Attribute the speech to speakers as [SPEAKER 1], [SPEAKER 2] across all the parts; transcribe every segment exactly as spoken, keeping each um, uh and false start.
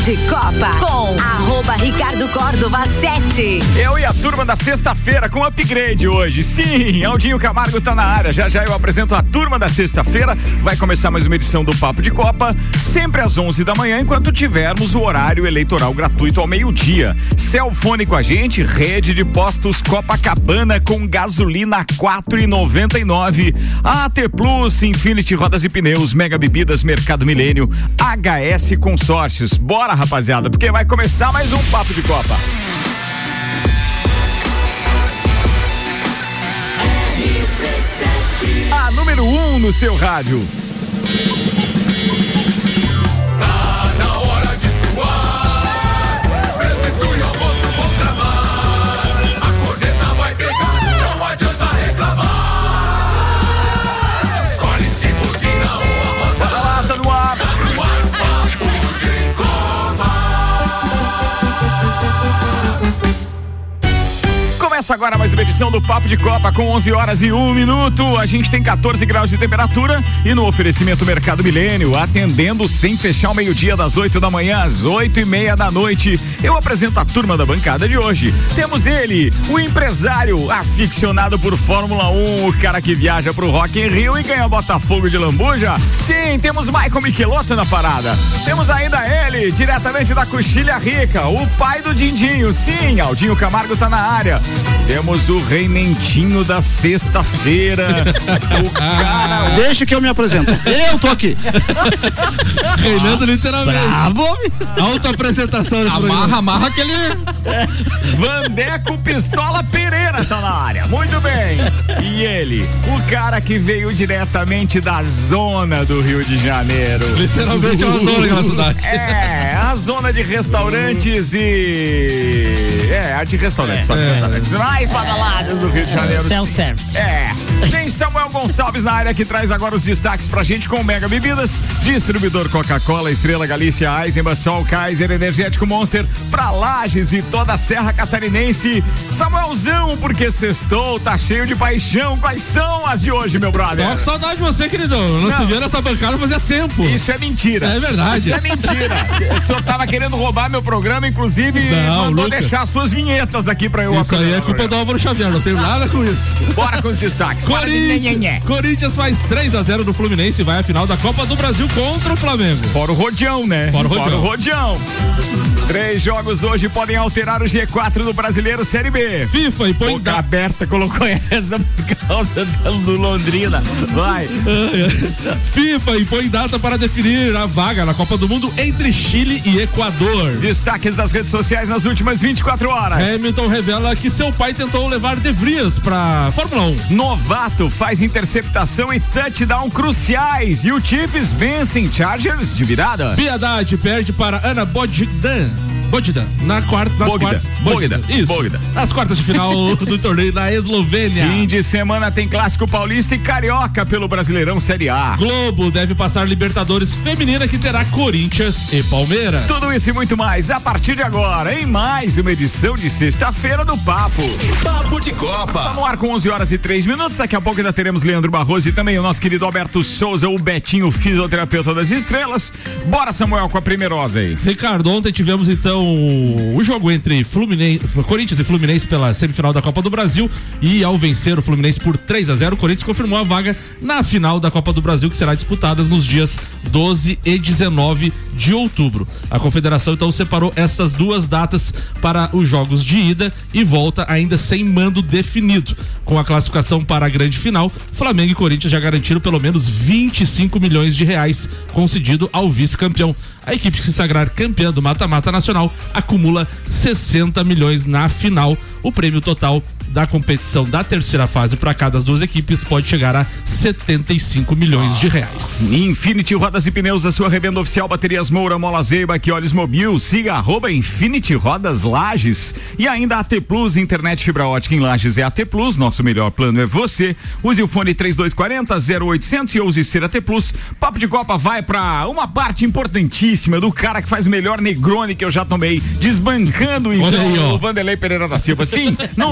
[SPEAKER 1] de Copa com arroba Ricardo Córdova sete.
[SPEAKER 2] Eu e a turma da sexta-feira com upgrade hoje. Sim, Aldinho Camargo tá na área. Já já eu apresento a turma da sexta-feira. Vai começar mais uma edição do Papo de Copa, sempre às onze da manhã, enquanto tivermos o horário eleitoral gratuito ao meio-dia. Celfone com a gente, rede de postos Copacabana com gasolina quatro e noventa e nove. A AT Plus, Infinity Rodas e Pneus, Mega Bebidas, Mercado Milênio, H S Consórcios. Bora, rapaziada, porque vai começar mais um Papo de Copa. A número um no seu rádio.
[SPEAKER 3] Tá na hora de suar, prefeitura e almoço vão travar, a corneta vai pegar, não adianta reclamar. Escolhe se buzina ou a roda.
[SPEAKER 2] Bora lá, tá no ar.
[SPEAKER 3] Tá no ar, Papo de Copa.
[SPEAKER 2] Começa agora mais uma edição do Papo de Copa com onze horas e um minuto. A gente tem quatorze graus de temperatura e no oferecimento Mercado Milênio, atendendo sem fechar o meio-dia, das oito da manhã às oito e meia da noite. Eu apresento a turma da bancada de hoje. Temos ele, o empresário aficionado por Fórmula um, o cara que viaja pro Rock in Rio e ganha Botafogo de Lambuja. Sim, temos Michael Michelotto na parada. Temos ainda ele, diretamente da Coxilha Rica, o pai do Dindinho. Sim, Aldinho Camargo tá na área. Temos o Reinentinho da sexta-feira. O cara.
[SPEAKER 4] Deixa que eu me apresento. Eu tô aqui.
[SPEAKER 5] Reinando literalmente.
[SPEAKER 4] Bravo.
[SPEAKER 5] Auto-apresentação nesse programa.
[SPEAKER 6] Amarra, amarra aquele.
[SPEAKER 2] Vandeco Pistola Pereira tá na área. Muito bem. E ele, o cara que veio diretamente da zona do Rio de Janeiro.
[SPEAKER 5] Literalmente é uma zona aquela cidade.
[SPEAKER 2] É, a zona de restaurantes e. É, a de restaurantes, só de
[SPEAKER 5] É.
[SPEAKER 2] restaurantes mais badaladas do Rio de Janeiro.
[SPEAKER 4] Self-service.
[SPEAKER 2] É. Tem Samuel Gonçalves na área que traz agora os destaques pra gente com Mega Bebidas, distribuidor Coca-Cola, Estrela Galícia, Eisenbach, Sol, Kaiser, Energético Monster, pra Lages e toda a Serra Catarinense. Samuelzão, porque sextou, tá cheio de paixão. Quais são as de hoje, meu brother?
[SPEAKER 5] Tô com saudade de você, queridão. Eu não,
[SPEAKER 2] Não.
[SPEAKER 5] se via nessa bancada fazia tempo.
[SPEAKER 2] Isso é mentira.
[SPEAKER 5] É verdade.
[SPEAKER 2] Isso é mentira. O senhor tava querendo roubar meu programa, inclusive
[SPEAKER 5] Não,
[SPEAKER 2] mandou
[SPEAKER 5] Luca.
[SPEAKER 2] deixar suas vinhetas aqui pra eu
[SPEAKER 5] Isso aí é
[SPEAKER 2] apresentar o
[SPEAKER 5] culpa do
[SPEAKER 2] programa.
[SPEAKER 5] Álvaro Xavier, não tenho nada com isso.
[SPEAKER 2] Bora com os destaques. Bora de nhenhenhé.
[SPEAKER 5] Corinthians, Corinthians faz três a zero do Fluminense e vai à final da Copa do Brasil contra o Flamengo.
[SPEAKER 2] Fora o rodeão, né?
[SPEAKER 5] Fora o rodeão.
[SPEAKER 2] Fora o rodeão. Três jogos hoje podem alterar o G quatro do Brasileiro Série B.
[SPEAKER 5] FIFA e põe
[SPEAKER 2] Boca
[SPEAKER 5] da...
[SPEAKER 2] aberta colocou essa por causa do Londrina. Vai.
[SPEAKER 5] FIFA impõe data para definir a vaga na Copa do Mundo entre Chile e Equador.
[SPEAKER 2] Destaques das redes sociais nas últimas vinte e quatro horas.
[SPEAKER 5] Hamilton revela que seu pai tentou levar De Vries para Fórmula um.
[SPEAKER 2] Novato faz interceptação e touchdown cruciais e o Chiefs vence em Chargers de virada.
[SPEAKER 5] Piedade perde para Ana Bogdan. Bogdan, na quarta, nas
[SPEAKER 2] Bogdan,
[SPEAKER 5] quartas.
[SPEAKER 2] Bogdan,
[SPEAKER 5] Isso.
[SPEAKER 2] Bogdan.
[SPEAKER 5] Nas quartas de final do torneio da Eslovênia.
[SPEAKER 2] Fim de semana tem Clássico Paulista e Carioca pelo Brasileirão Série A.
[SPEAKER 5] Globo deve passar Libertadores Feminina que terá Corinthians e Palmeiras.
[SPEAKER 2] Tudo isso e muito mais a partir de agora em mais uma edição de sexta-feira do Papo.
[SPEAKER 3] Papo de Copa.
[SPEAKER 2] Tá no ar com onze horas e três minutos. Daqui a pouco ainda teremos Leandro Barroso e também o nosso querido Alberto Souza, o Betinho, fisioterapeuta das estrelas. Bora, Samuel, com a primeirosa aí.
[SPEAKER 5] Ricardo, ontem tivemos então o jogo entre Fluminense, Corinthians e Fluminense pela semifinal da Copa do Brasil e ao vencer o Fluminense por três a zero, o Corinthians confirmou a vaga na final da Copa do Brasil que será disputada nos dias doze e dezenove de outubro. A Confederação então separou essas duas datas para os jogos de ida e volta ainda sem mando definido. Com a classificação para a grande final, Flamengo e Corinthians já garantiram pelo menos vinte e cinco milhões de reais concedido ao vice-campeão. A equipe que se sagrar campeã do mata-mata nacional acumula sessenta milhões na final. O prêmio total da competição da terceira fase para cada das duas equipes pode chegar a setenta e cinco milhões de reais.
[SPEAKER 2] Infinity Rodas e Pneus, a sua revenda oficial, baterias Moura, Mola Zeiba, que olhos Mobil, siga arroba Infinity Rodas Lages e ainda A T Plus, internet fibra ótica em Lages é A T Plus, nosso melhor plano é você. Use o fone trinta e dois quarenta, zero oitocentos e use ser A T Plus. Papo de Copa vai pra uma parte importantíssima do cara que faz o melhor Negroni que eu já tomei, desbancando então
[SPEAKER 5] Olha aí, ó.
[SPEAKER 2] o Vanderlei Pereira da Silva. Sim, não tô falando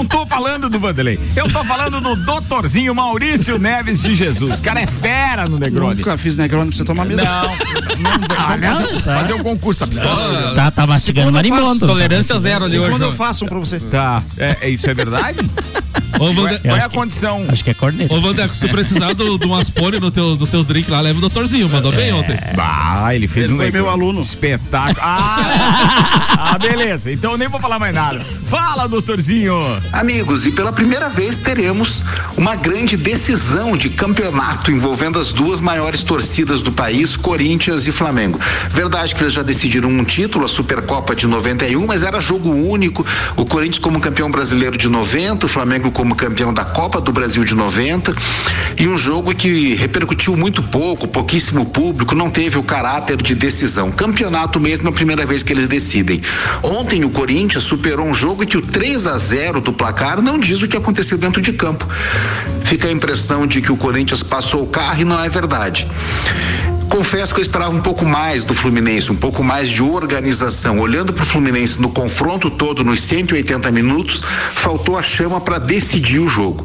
[SPEAKER 2] falando do Vanderlei. Eu tô falando do doutorzinho Maurício Neves de Jesus. O cara é fera no Negroni.
[SPEAKER 4] Nunca fiz Negroni pra você tomar medo.
[SPEAKER 2] Não, não, não
[SPEAKER 6] Ah, não?
[SPEAKER 2] fazer, fazer um concurso da pistola.
[SPEAKER 6] Tá, tá mastigando marimbondo.
[SPEAKER 7] Tolerância zero ali hoje.
[SPEAKER 4] Quando eu
[SPEAKER 7] João.
[SPEAKER 4] faço um pra você.
[SPEAKER 2] Tá, é, é, isso é verdade?
[SPEAKER 5] Ô,
[SPEAKER 2] Qual é,
[SPEAKER 5] Vander,
[SPEAKER 2] qual é a
[SPEAKER 6] acho que-
[SPEAKER 2] condição?
[SPEAKER 6] Acho que é corneta.
[SPEAKER 5] ô, Vandeco, se tu precisar do, do Aspone no teu, dos teus drinks lá, leva o doutorzinho, mandou bem ontem.
[SPEAKER 2] Ah, ele fez
[SPEAKER 4] Ele
[SPEAKER 2] um
[SPEAKER 4] foi
[SPEAKER 2] Negroni.
[SPEAKER 4] meu aluno.
[SPEAKER 2] Espetáculo. Ah, ah, beleza. Então eu nem vou falar mais nada. Fala, doutorzinho.
[SPEAKER 8] Amigos, e pela primeira vez teremos uma grande decisão de campeonato envolvendo as duas maiores torcidas do país, Corinthians e Flamengo. Verdade que eles já decidiram um título, a Supercopa de noventa e um, mas era jogo único. O Corinthians como campeão brasileiro de noventa, o Flamengo como campeão da Copa do Brasil de noventa, e um jogo que repercutiu muito pouco, pouquíssimo público, não teve o caráter de decisão. Campeonato mesmo é a primeira vez que eles decidem. Ontem o Corinthians superou um jogo que o três a zero do placar não diz o que aconteceu dentro de campo. Fica a impressão de que o Corinthians passou o carro e não é verdade. Confesso que eu esperava um pouco mais do Fluminense, um pouco mais de organização. Olhando para o Fluminense no confronto todo, nos cento e oitenta minutos, faltou a chama para decidir o jogo.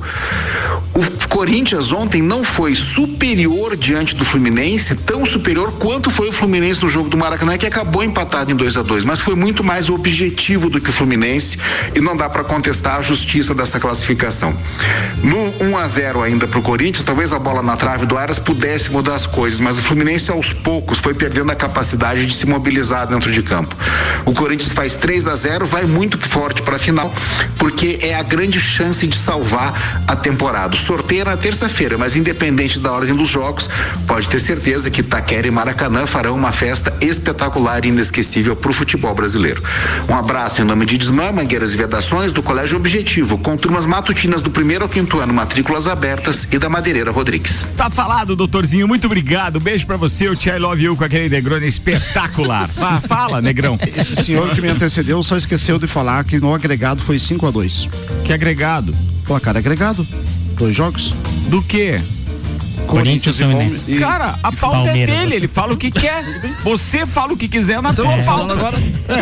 [SPEAKER 8] O Corinthians ontem não foi superior diante do Fluminense, tão superior quanto foi o Fluminense no jogo do Maracanã, que acabou empatado em dois a dois, mas foi muito mais objetivo do que o Fluminense e não dá para contestar a justiça dessa classificação. No um a zero ainda para o Corinthians, talvez a bola na trave do Aras pudesse mudar as coisas, mas o Fluminense aos poucos foi perdendo a capacidade de se mobilizar dentro de campo. O Corinthians faz três a zero, vai muito forte para a final, porque é a grande chance de salvar a temporada. O sorteio é na terça-feira, mas independente da ordem dos jogos, pode ter certeza que Itaquera e Maracanã farão uma festa espetacular e inesquecível para o futebol brasileiro. Um abraço em nome de Desmã, Mangueiras e Vedações, do Colégio Objetivo, com turmas matutinas do primeiro ao quinto ano, matrículas abertas, e da Madeireira Rodrigues.
[SPEAKER 2] Tá falado, doutorzinho. Muito obrigado. Beijo pra você, o Tia I Love You com aquele Negroni espetacular. Fala, fala, Negrão.
[SPEAKER 4] Esse senhor que me antecedeu só esqueceu de falar que no agregado foi cinco a dois.
[SPEAKER 2] Que agregado?
[SPEAKER 4] Placar agregado. Dois jogos.
[SPEAKER 2] Do quê?
[SPEAKER 6] Corinthians e Fluminense.
[SPEAKER 4] E-
[SPEAKER 2] Cara, a pauta
[SPEAKER 6] Palmeiras.
[SPEAKER 2] é dele, ele fala o que quer. Você fala o que quiser na
[SPEAKER 4] Então,
[SPEAKER 2] tua
[SPEAKER 4] vamos
[SPEAKER 2] pauta.
[SPEAKER 4] falando agora.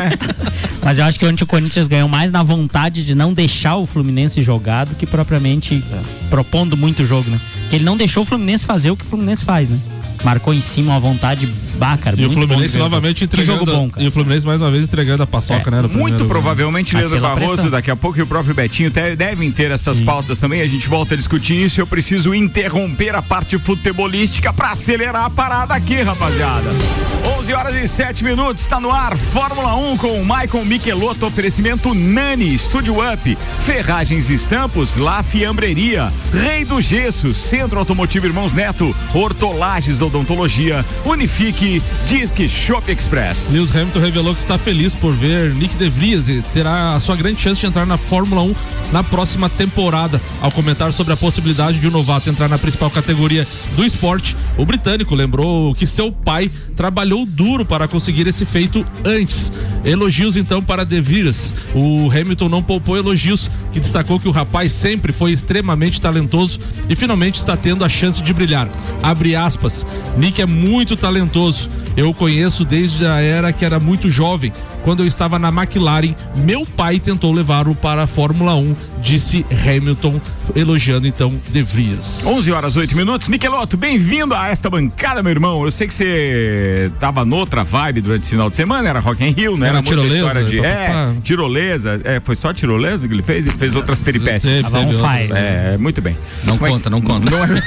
[SPEAKER 6] Mas eu acho que ontem o Corinthians ganhou mais na vontade de não deixar o Fluminense jogar do que propriamente propondo muito o jogo, né? Porque ele não deixou o Fluminense fazer o que o Fluminense faz, né? Marcou em cima uma vontade bácara.
[SPEAKER 5] E o
[SPEAKER 6] muito bom
[SPEAKER 5] Fluminense
[SPEAKER 6] de ver.
[SPEAKER 5] novamente
[SPEAKER 6] Que
[SPEAKER 5] entregando.
[SPEAKER 6] jogo bom, cara.
[SPEAKER 5] E o Fluminense mais uma vez entregando a paçoca,
[SPEAKER 6] É,
[SPEAKER 5] né? no
[SPEAKER 2] Muito
[SPEAKER 5] primeiro-
[SPEAKER 2] provavelmente
[SPEAKER 6] Mas
[SPEAKER 2] Leandro
[SPEAKER 6] pela
[SPEAKER 2] Barroso,
[SPEAKER 6] pressão.
[SPEAKER 2] daqui a pouco e o próprio Betinho te- devem ter essas
[SPEAKER 6] Sim.
[SPEAKER 2] pautas também. A gente volta a discutir isso. Eu preciso interromper a parte futebolística para acelerar a parada aqui, rapaziada. onze horas e sete minutos, está no ar Fórmula um com o Maicon Michelotto, oferecimento Nani, Studio Up, Ferragens e Estampos, La Fiambreria, Rei do Gesso, Centro Automotivo Irmãos Neto, Hortolagens Odontologia, Unifique, Disque Shop Express.
[SPEAKER 5] Lewis Hamilton revelou que está feliz por ver Nick De Vries e terá a sua grande chance de entrar na Fórmula um na próxima temporada. Ao comentar sobre a possibilidade de um novato entrar na principal categoria do esporte, o britânico lembrou que seu pai trabalhou duro para conseguir esse feito antes. Elogios então para De Vries. O Hamilton não poupou elogios, que destacou que o rapaz sempre foi extremamente talentoso e finalmente está tendo a chance de brilhar. Abre aspas. Nick é muito talentoso. Eu o conheço desde a era que era muito jovem. Quando eu estava na McLaren, meu pai tentou levá-lo para a Fórmula um, disse Hamilton, elogiando então De Vries.
[SPEAKER 2] onze horas, oito minutos. Michelotto, bem-vindo a esta bancada, meu irmão. Eu sei que você tava noutra vibe durante esse final de semana, era Rock in Rio, né?
[SPEAKER 5] Era
[SPEAKER 2] muita
[SPEAKER 5] tirolesa,
[SPEAKER 2] história de,
[SPEAKER 5] pá,
[SPEAKER 2] é,
[SPEAKER 5] pá.
[SPEAKER 2] tirolesa. É, foi só tirolesa que ele fez? Ele fez outras peripécias.
[SPEAKER 5] Teve,
[SPEAKER 6] Tava on
[SPEAKER 5] teve
[SPEAKER 6] fire.
[SPEAKER 5] outras.
[SPEAKER 2] É, muito bem.
[SPEAKER 7] Não
[SPEAKER 2] Como é que-
[SPEAKER 7] conta, não conta.
[SPEAKER 2] Não é...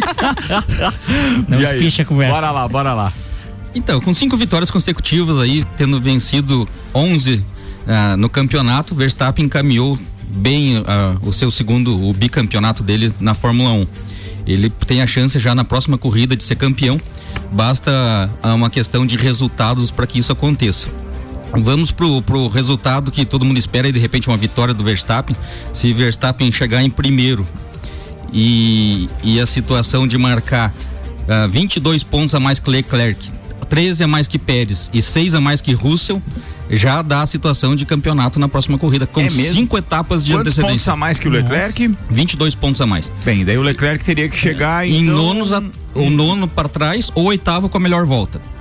[SPEAKER 6] Não
[SPEAKER 2] E aí?
[SPEAKER 6] espicha a conversa.
[SPEAKER 2] Bora lá, bora lá.
[SPEAKER 7] Então, com cinco vitórias consecutivas aí, tendo vencido onze ah, no campeonato, Verstappen encaminhou bem ah, o seu segundo, o bicampeonato dele na Fórmula um. Ele tem a chance já na próxima corrida de ser campeão, basta ah, uma questão de resultados para que isso aconteça. Vamos pro, pro resultado que todo mundo espera e de repente uma vitória do Verstappen. Se Verstappen chegar em primeiro e, e a situação de marcar ah, vinte e dois pontos a mais que Leclerc, treze a mais que Pérez e seis a mais que Russell, já dá a situação de campeonato na próxima corrida, com
[SPEAKER 2] É mesmo?
[SPEAKER 7] cinco etapas de
[SPEAKER 2] Quantos pontos
[SPEAKER 7] antecedência.
[SPEAKER 2] a mais que o Leclerc?
[SPEAKER 7] vinte e dois pontos a mais.
[SPEAKER 2] Bem, daí o Leclerc teria que chegar
[SPEAKER 7] Em
[SPEAKER 2] então...
[SPEAKER 7] nonos, a, o nono para trás ou oitavo com a melhor volta.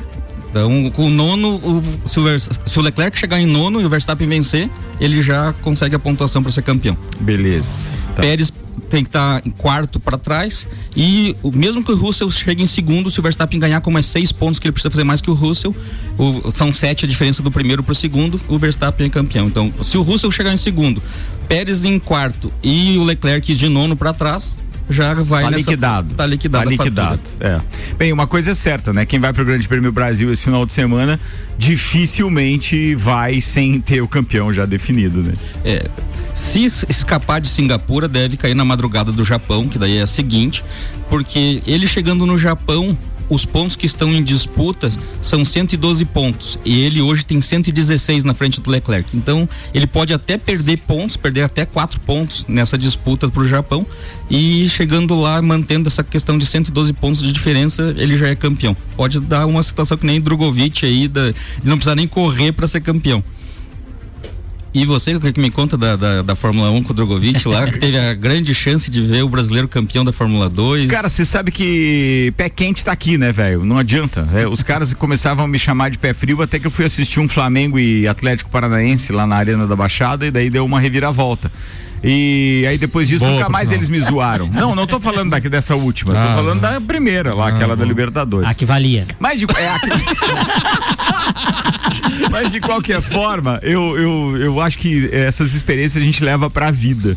[SPEAKER 7] Então, com o nono, o, se, o Vers, se o Leclerc chegar em nono e o Verstappen vencer, ele já consegue a pontuação para ser campeão.
[SPEAKER 2] Beleza. Tá.
[SPEAKER 7] Pérez tem que estar tá em quarto para trás e o, mesmo que o Russell chegue em segundo, se o Verstappen ganhar, como é seis pontos que ele precisa fazer mais que o Russell, o, são sete a diferença do primeiro para o segundo, o Verstappen é campeão. Então, se o Russell chegar em segundo, Pérez em quarto e o Leclerc de nono para trás, já vai
[SPEAKER 2] tá
[SPEAKER 7] nessa,
[SPEAKER 2] liquidado.
[SPEAKER 7] Tá liquidado.
[SPEAKER 2] Tá liquidado. É. Bem, uma coisa é certa, né? Quem vai pro Grande Prêmio Brasil esse final de semana dificilmente vai sem ter o campeão já definido, né?
[SPEAKER 7] É. Se escapar de Singapura, deve cair na madrugada do Japão, que daí é a seguinte, porque ele chegando no Japão, os pontos que estão em disputa são cento e doze pontos e ele hoje tem cento e dezesseis na frente do Leclerc. Então ele pode até perder pontos, perder até quatro pontos nessa disputa pro Japão, e chegando lá, mantendo essa questão de cento e doze pontos de diferença, ele já é campeão. Pode dar uma situação que nem Drogovic aí, da, de não precisar nem correr para ser campeão. E você, o que, que me conta da, da, da Fórmula um com o Drogovic lá, que teve a grande chance de ver o brasileiro campeão da Fórmula dois?
[SPEAKER 2] Cara, você sabe que pé quente tá aqui, né, velho? Não adianta. É, os caras começavam a me chamar de pé frio até que eu fui assistir um Flamengo e Atlético Paranaense lá na Arena da Baixada e daí deu uma reviravolta. E aí depois disso
[SPEAKER 5] Boa,
[SPEAKER 2] nunca mais
[SPEAKER 5] sinal.
[SPEAKER 2] eles me zoaram. Não, não tô falando daqui dessa última,
[SPEAKER 5] Ah,
[SPEAKER 2] tô falando
[SPEAKER 5] não.
[SPEAKER 2] da primeira lá,
[SPEAKER 5] Ah,
[SPEAKER 2] aquela
[SPEAKER 5] bom.
[SPEAKER 2] da Libertadores.
[SPEAKER 6] A que valia.
[SPEAKER 2] Mas de, é, aqui... Mas de qualquer forma, eu, eu, eu acho que essas experiências a gente leva pra vida.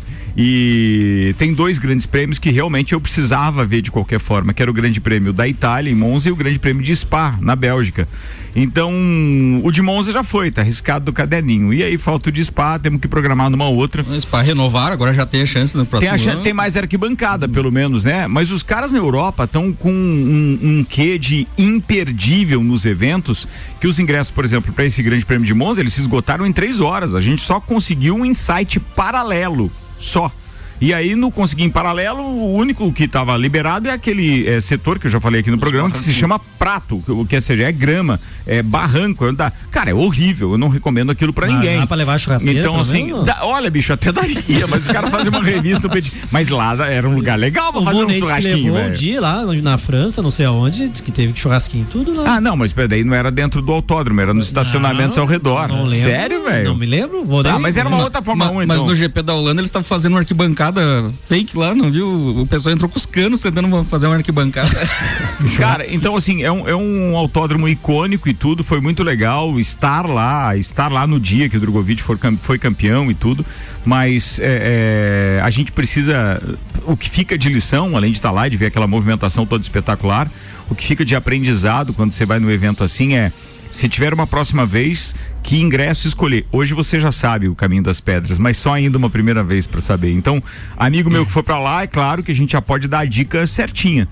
[SPEAKER 2] E tem dois grandes prêmios que realmente eu precisava ver de qualquer forma, que era o Grande Prêmio da Itália em Monza e o Grande Prêmio de Spa na Bélgica. Então, o de Monza já foi, tá arriscado do caderninho. E aí falta o de Spa, temos que programar numa outra.
[SPEAKER 7] O Spa renovar, agora já tem a chance no próximo
[SPEAKER 2] Tem, a chance,
[SPEAKER 7] ano.
[SPEAKER 2] tem mais arquibancada, pelo menos, né? Mas os caras na Europa estão com um, um quê de imperdível nos eventos, que os ingressos, por exemplo, para esse Grande Prêmio de Monza, eles se esgotaram em três horas. A gente só conseguiu um insight paralelo. Só. E aí, no conseguir em paralelo, o único que estava liberado é aquele é, setor que eu já falei aqui no programa, que se chama prato, o que seja, é grama, é barranco. Anda, cara, é horrível, eu não recomendo aquilo pra
[SPEAKER 9] Ah,
[SPEAKER 2] ninguém.
[SPEAKER 9] dá pra levar a churrasqueira,
[SPEAKER 2] Então,
[SPEAKER 9] pelo
[SPEAKER 2] assim,
[SPEAKER 9] menos?
[SPEAKER 2] dá- olha, bicho, até daria, mas os caras fazem uma revista, mas lá era um lugar legal pra
[SPEAKER 9] O
[SPEAKER 2] fazer um
[SPEAKER 9] Bonete que
[SPEAKER 2] churrasquinho,
[SPEAKER 9] levou um
[SPEAKER 2] velho.
[SPEAKER 9] dia lá na França, não sei aonde, disse que teve churrasquinho e tudo lá.
[SPEAKER 2] Ah, não, mas daí não era dentro do autódromo, era nos estacionamentos ao redor.
[SPEAKER 9] Não lembro.
[SPEAKER 2] Sério, velho?
[SPEAKER 9] Não me lembro. Vou
[SPEAKER 2] Ah,
[SPEAKER 9] nem-
[SPEAKER 2] mas era uma
[SPEAKER 7] Ma-
[SPEAKER 2] outra Fórmula
[SPEAKER 7] ma-
[SPEAKER 2] um,
[SPEAKER 7] Mas
[SPEAKER 2] então.
[SPEAKER 7] no G P da Holanda eles estavam fazendo uma arquibancada fake lá, não viu? O pessoal entrou com os canos tentando fazer uma arquibancada.
[SPEAKER 2] Cara, então assim, é um, é um autódromo icônico e tudo, foi muito legal estar lá, estar lá no dia que o Drogovic for, foi campeão e tudo, mas é, é, a gente precisa, o que fica de lição, além de estar lá e de ver aquela movimentação toda espetacular, o que fica de aprendizado quando você vai num evento assim é, se tiver uma próxima vez, que ingresso escolher. Hoje você já sabe o caminho das pedras, mas só ainda uma primeira vez para saber. Então, amigo meu que for para lá, é claro que a gente já pode dar a dica certinha,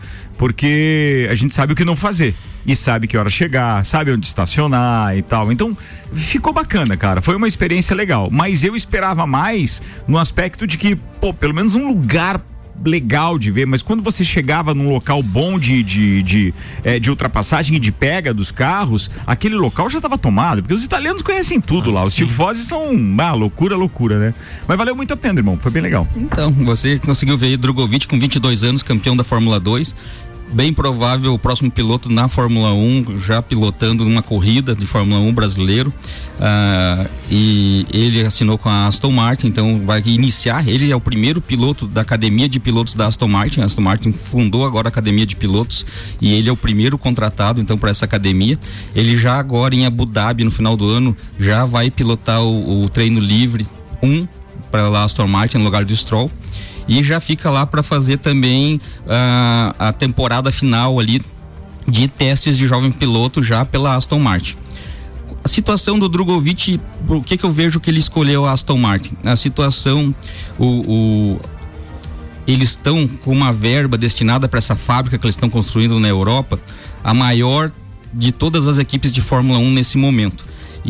[SPEAKER 2] porque a gente sabe o que não fazer e sabe que hora chegar, sabe onde estacionar e tal. Então, ficou bacana, cara. Foi uma experiência legal, mas eu esperava mais no aspecto de que, pô, pelo menos um lugar legal de ver, mas quando você chegava num local bom de de, de, é, de ultrapassagem e de pega dos carros, aquele local já estava tomado, porque os italianos conhecem tudo ah, lá, os tifosi são ah, loucura, loucura, né? Mas valeu muito a pena, irmão, foi bem legal.
[SPEAKER 7] Então, você conseguiu ver aí Drogovic com vinte e dois anos, campeão da Fórmula dois. Bem provável o próximo piloto na Fórmula um, já pilotando uma corrida de Fórmula um brasileiro. Ah, e ele assinou com a Aston Martin, então vai iniciar. Ele é o primeiro piloto da academia de pilotos da Aston Martin. A Aston Martin fundou agora a academia de pilotos e ele é o primeiro contratado então para essa academia. Ele já agora em Abu Dhabi, no final do ano, já vai pilotar o, o treino livre um para a Aston Martin no lugar do Stroll. E já fica lá para fazer também uh, a temporada final ali de testes de jovem piloto já pela Aston Martin. A situação do Drogovic, por que que eu vejo que ele escolheu a Aston Martin? A situação, o, o eles estão com uma verba destinada para essa fábrica que eles estão construindo na Europa, a maior de todas as equipes de Fórmula um nesse momento.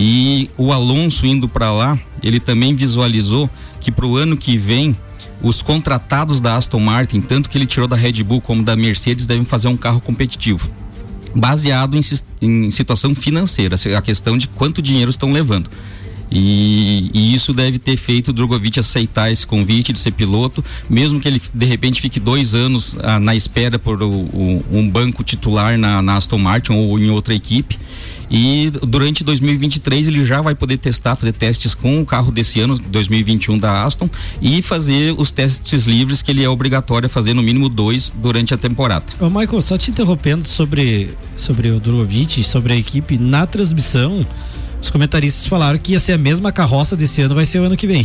[SPEAKER 7] E o Alonso indo para lá, ele também visualizou que para o ano que vem os contratados da Aston Martin, tanto que ele tirou da Red Bull como da Mercedes, devem fazer um carro competitivo, baseado em, em situação financeira, a questão de quanto dinheiro estão levando. E, e isso deve ter feito o Drogovic aceitar esse convite de ser piloto, mesmo que ele de repente fique dois anos ah, na espera por o, o, um banco titular na, na Aston Martin ou em outra equipe. E durante dois mil e vinte e três ele já vai poder testar, fazer testes com o carro desse ano, dois mil e vinte e um da Aston, e fazer os testes livres que ele é obrigatório a fazer no mínimo dois durante a temporada.
[SPEAKER 9] Ô Michael, só te interrompendo sobre, sobre o Drogovic, sobre a equipe, na transmissão, os comentaristas falaram que ia ser a mesma carroça desse ano, vai ser o ano que vem.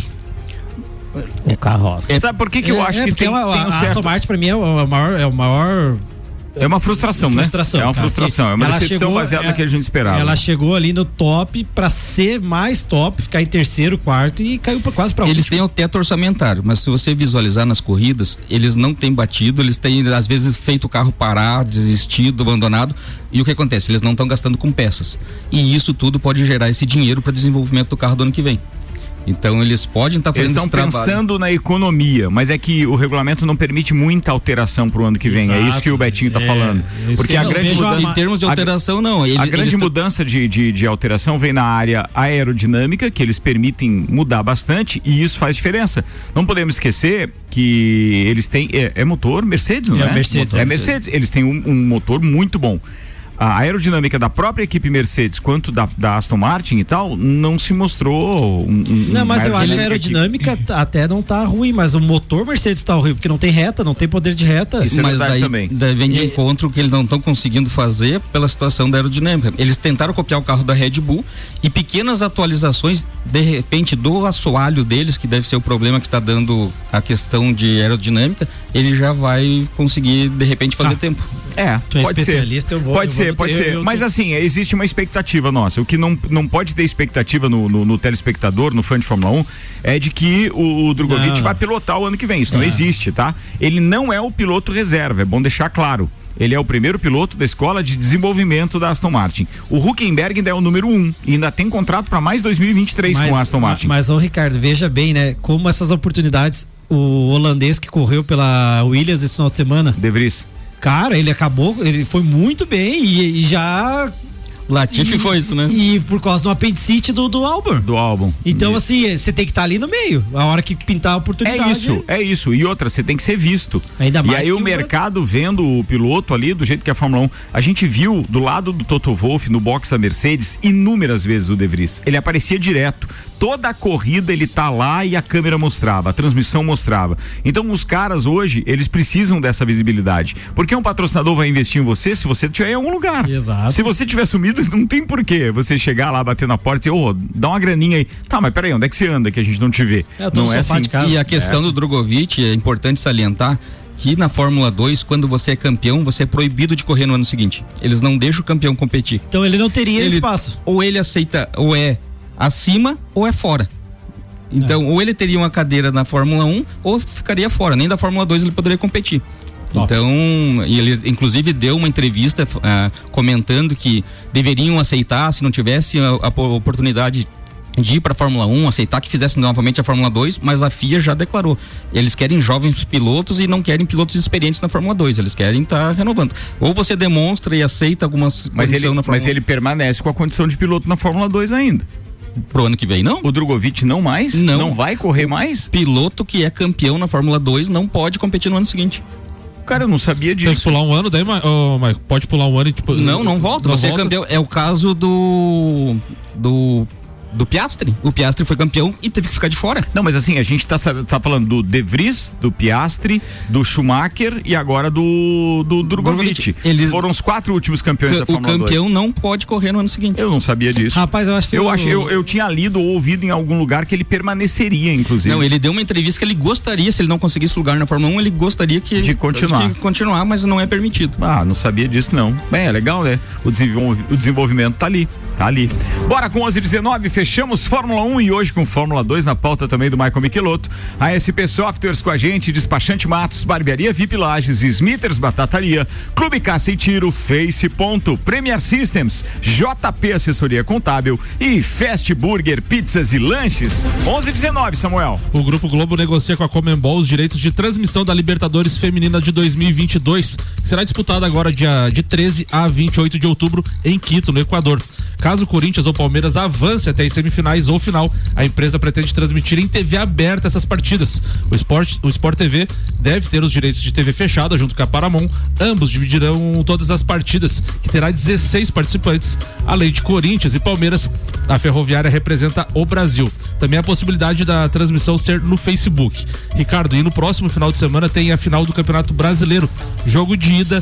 [SPEAKER 6] É carroça.
[SPEAKER 2] É, sabe por que que eu
[SPEAKER 9] é,
[SPEAKER 2] acho
[SPEAKER 9] é
[SPEAKER 2] que
[SPEAKER 9] porque
[SPEAKER 2] tem,
[SPEAKER 9] a,
[SPEAKER 2] tem um
[SPEAKER 9] a
[SPEAKER 2] certo...
[SPEAKER 9] Aston Martin pra mim é o maior, é o maior
[SPEAKER 2] É uma frustração,
[SPEAKER 9] frustração,
[SPEAKER 2] né? É uma
[SPEAKER 9] cara,
[SPEAKER 2] frustração, é uma
[SPEAKER 9] ela
[SPEAKER 2] decepção
[SPEAKER 9] chegou,
[SPEAKER 2] baseada
[SPEAKER 9] é,
[SPEAKER 2] no que a gente esperava.
[SPEAKER 9] Ela chegou ali no top pra ser mais top, ficar em terceiro, quarto e caiu pra, quase pra último.
[SPEAKER 7] Eles têm o teto orçamentário, mas se você visualizar nas corridas, eles não têm batido, eles têm às vezes feito o carro parar, desistido, abandonado, e o que acontece? Eles não estão gastando com peças. E isso tudo pode gerar esse dinheiro para desenvolvimento do carro do ano que vem. Então eles podem estar tá fazendo esse trabalho. Eles estão pensando na economia, mas é que o regulamento não permite muita alteração para o ano que vem. Exato. É isso que o Betinho está é, falando. Porque a não, grande mudança, em termos de alteração, não. Ele,
[SPEAKER 2] a grande ele mudança tá... de, de, de alteração vem na área aerodinâmica, que eles permitem mudar bastante, e isso faz diferença. Não podemos esquecer que eles têm é, é motor Mercedes, não é? É
[SPEAKER 9] Mercedes.
[SPEAKER 2] É Mercedes. Eles têm um, um motor muito bom. A aerodinâmica da própria equipe Mercedes quanto da, da Aston Martin e tal não se mostrou um, um,
[SPEAKER 9] não, mas eu acho que a aerodinâmica que... até não tá ruim, mas o motor Mercedes tá ruim, porque não tem reta, não tem poder de reta.
[SPEAKER 7] Isso mas é daí, também. daí vem de e... encontro que eles não estão conseguindo fazer pela situação da aerodinâmica. Eles tentaram copiar o carro da Red Bull e pequenas atualizações, de repente, do assoalho deles, que deve ser o problema que está dando a questão de aerodinâmica, ele já vai conseguir, de repente, fazer ah. tempo.
[SPEAKER 2] É,
[SPEAKER 9] tu é
[SPEAKER 2] pode
[SPEAKER 9] especialista,
[SPEAKER 2] ser.
[SPEAKER 9] Eu vou,
[SPEAKER 2] pode
[SPEAKER 9] eu
[SPEAKER 2] ser,
[SPEAKER 9] vou
[SPEAKER 2] pode
[SPEAKER 9] ter,
[SPEAKER 2] ser.
[SPEAKER 9] eu, eu
[SPEAKER 2] Mas
[SPEAKER 9] tô...
[SPEAKER 2] assim, existe uma expectativa nossa. O que não, não pode ter expectativa no, no, no telespectador, no fã de Fórmula um, é de que o, o Drogovic não. vai pilotar o ano que vem. Isso é. não existe, tá? Ele não é o piloto reserva, é bom deixar claro. Ele é o primeiro piloto da escola de desenvolvimento da Aston Martin. O Hülkenberg ainda é o número um e ainda tem contrato para mais dois mil e vinte e três mas, com a Aston Martin.
[SPEAKER 9] Mas, ô Ricardo, veja bem, né? Como essas oportunidades, o holandês que correu pela Williams esse final de semana,
[SPEAKER 2] De Vries.
[SPEAKER 9] Cara, ele acabou, ele foi muito bem e, e já...
[SPEAKER 7] Latifi e, foi isso, né?
[SPEAKER 9] E por causa do apendicite do, do Albon.
[SPEAKER 2] Do Albon.
[SPEAKER 9] Então,
[SPEAKER 2] isso.
[SPEAKER 9] assim, você tem que estar tá ali no meio. A hora que pintar a oportunidade.
[SPEAKER 2] É isso, é isso. E outra, você tem que ser visto.
[SPEAKER 9] Ainda mais.
[SPEAKER 2] E aí o mercado vendo o piloto ali, do jeito que é a Fórmula um, a gente viu do lado do Toto Wolff, no box da Mercedes, inúmeras vezes o De Vries. Ele aparecia direto. Toda a corrida ele tá lá e a câmera mostrava, a transmissão mostrava. Então os caras hoje, eles precisam dessa visibilidade. Porque um patrocinador vai investir em você se você estiver em algum lugar.
[SPEAKER 9] Exato.
[SPEAKER 2] Se você tiver sumido, não tem porquê você chegar lá, bater na porta e dizer, ô, oh, dá uma graninha aí. Tá, mas peraí, onde é que você anda que a gente não te vê?
[SPEAKER 9] É,
[SPEAKER 2] não é assim.
[SPEAKER 7] E a questão é. do Drogovic, é importante salientar que na Fórmula dois, quando você é campeão, você é proibido de correr no ano seguinte. Eles não deixam o campeão competir.
[SPEAKER 9] Então ele não teria
[SPEAKER 7] ele,
[SPEAKER 9] espaço.
[SPEAKER 7] Ou ele aceita, ou é acima ou é fora. Então, é. ou ele teria uma cadeira na Fórmula um ou ficaria fora. Nem da Fórmula dois ele poderia competir. Top. Então, ele inclusive deu uma entrevista uh, comentando que deveriam aceitar, se não tivesse a, a oportunidade de ir para a Fórmula um, aceitar que fizesse novamente a Fórmula dois, mas a F I A já declarou. Eles querem jovens pilotos e não querem pilotos experientes na Fórmula dois. Eles querem estar tá renovando. Ou você demonstra e aceita algumas
[SPEAKER 2] mas ele, na Fórmula mas ele permanece com a condição de piloto na Fórmula dois ainda.
[SPEAKER 7] Pro ano que vem, não?
[SPEAKER 2] O Drogovic não mais?
[SPEAKER 7] Não.
[SPEAKER 2] Não vai correr mais?
[SPEAKER 7] Piloto que é campeão na Fórmula dois não pode competir no ano seguinte.
[SPEAKER 2] Cara, eu não sabia disso.
[SPEAKER 5] Tem que pular um ano, daí, oh, Mike, pode pular um ano e tipo...
[SPEAKER 7] Não, não volta. Não Você volta. é campeão. É o caso do... do... do Piastri. O Piastri foi campeão e teve que ficar de fora.
[SPEAKER 2] Não, mas assim, a gente tá, tá falando do De Vries, do Piastri, do Schumacher e agora do, do Drogovic. Eles foram os quatro últimos campeões da Fórmula dois.
[SPEAKER 7] O campeão não pode correr no ano seguinte.
[SPEAKER 2] Eu não sabia disso.
[SPEAKER 9] Rapaz, eu acho que
[SPEAKER 2] eu...
[SPEAKER 9] Eu,
[SPEAKER 2] acho, eu, eu tinha lido ou ouvido em algum lugar que ele permaneceria, inclusive.
[SPEAKER 7] Não, ele deu uma entrevista que ele gostaria, se ele não conseguisse lugar na Fórmula um, ele gostaria que...
[SPEAKER 2] De continuar.
[SPEAKER 7] De continuar, mas não é permitido.
[SPEAKER 2] Ah, não sabia disso não. Bem, é legal, né? O, desenvolv... o desenvolvimento tá ali. Tá ali. Bora com onze e dezenove, fechamos Fórmula um e hoje com Fórmula dois na pauta também do Michael Michelotto. A S P Softwares com a gente, Despachante Matos, Barbearia V I P Lages, Smithers Batataria, Clube Caça e Tiro, Face Ponto, Premier Systems, J P Assessoria Contábil e Fast Burger Pizzas e Lanches. onze e dezenove, Samuel.
[SPEAKER 5] O Grupo Globo negocia com a Conmebol os direitos de transmissão da Libertadores Feminina de dois mil e vinte e dois, que será disputada agora dia de treze a vinte e oito de outubro em Quito, no Equador. Caso o Corinthians ou Palmeiras avance até as semifinais ou final, a empresa pretende transmitir em T V aberta essas partidas. O Sport, o Sport T V deve ter os direitos de T V fechada junto com a Paramount. Ambos dividirão todas as partidas, que terá dezesseis participantes. Além de Corinthians e Palmeiras, a Ferroviária representa o Brasil. Também a possibilidade da transmissão ser no Facebook. Ricardo, e no próximo final de semana tem a final do Campeonato Brasileiro, jogo de ida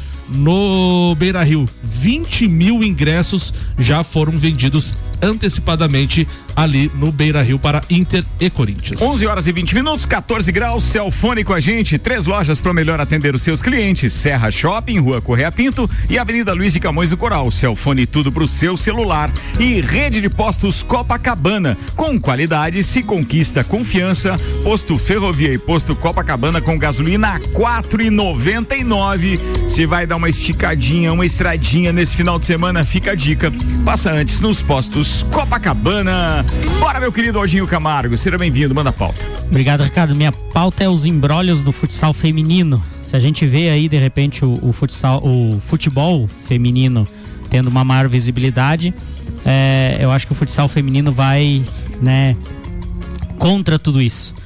[SPEAKER 5] no Beira-Rio. vinte mil ingressos já foram vendidos antecipadamente ali no Beira-Rio para Inter e Corinthians.
[SPEAKER 2] onze horas e vinte minutos, catorze graus, Celfone com a gente. Três lojas para melhor atender os seus clientes: Serra Shopping, Rua Correia Pinto e Avenida Luiz de Camões do Coral. Celfone, tudo pro seu celular. E Rede de Postos Copacabana, com qualidade se conquista confiança. Posto Ferrovia e Posto Copacabana com gasolina a quatro e noventa e nove. Se vai dar uma esticadinha, uma estradinha nesse final de semana, fica a dica. Passa antes nos postos Copacabana. Bora, meu querido Aldinho Camargo, seja bem-vindo, manda a pauta.
[SPEAKER 6] Obrigado, Ricardo. Minha pauta é os embrólios do futsal feminino. Se a gente vê aí, de repente, o, o futsal, o futebol feminino tendo uma maior visibilidade, é, eu acho que o futsal feminino vai, né, contra tudo isso.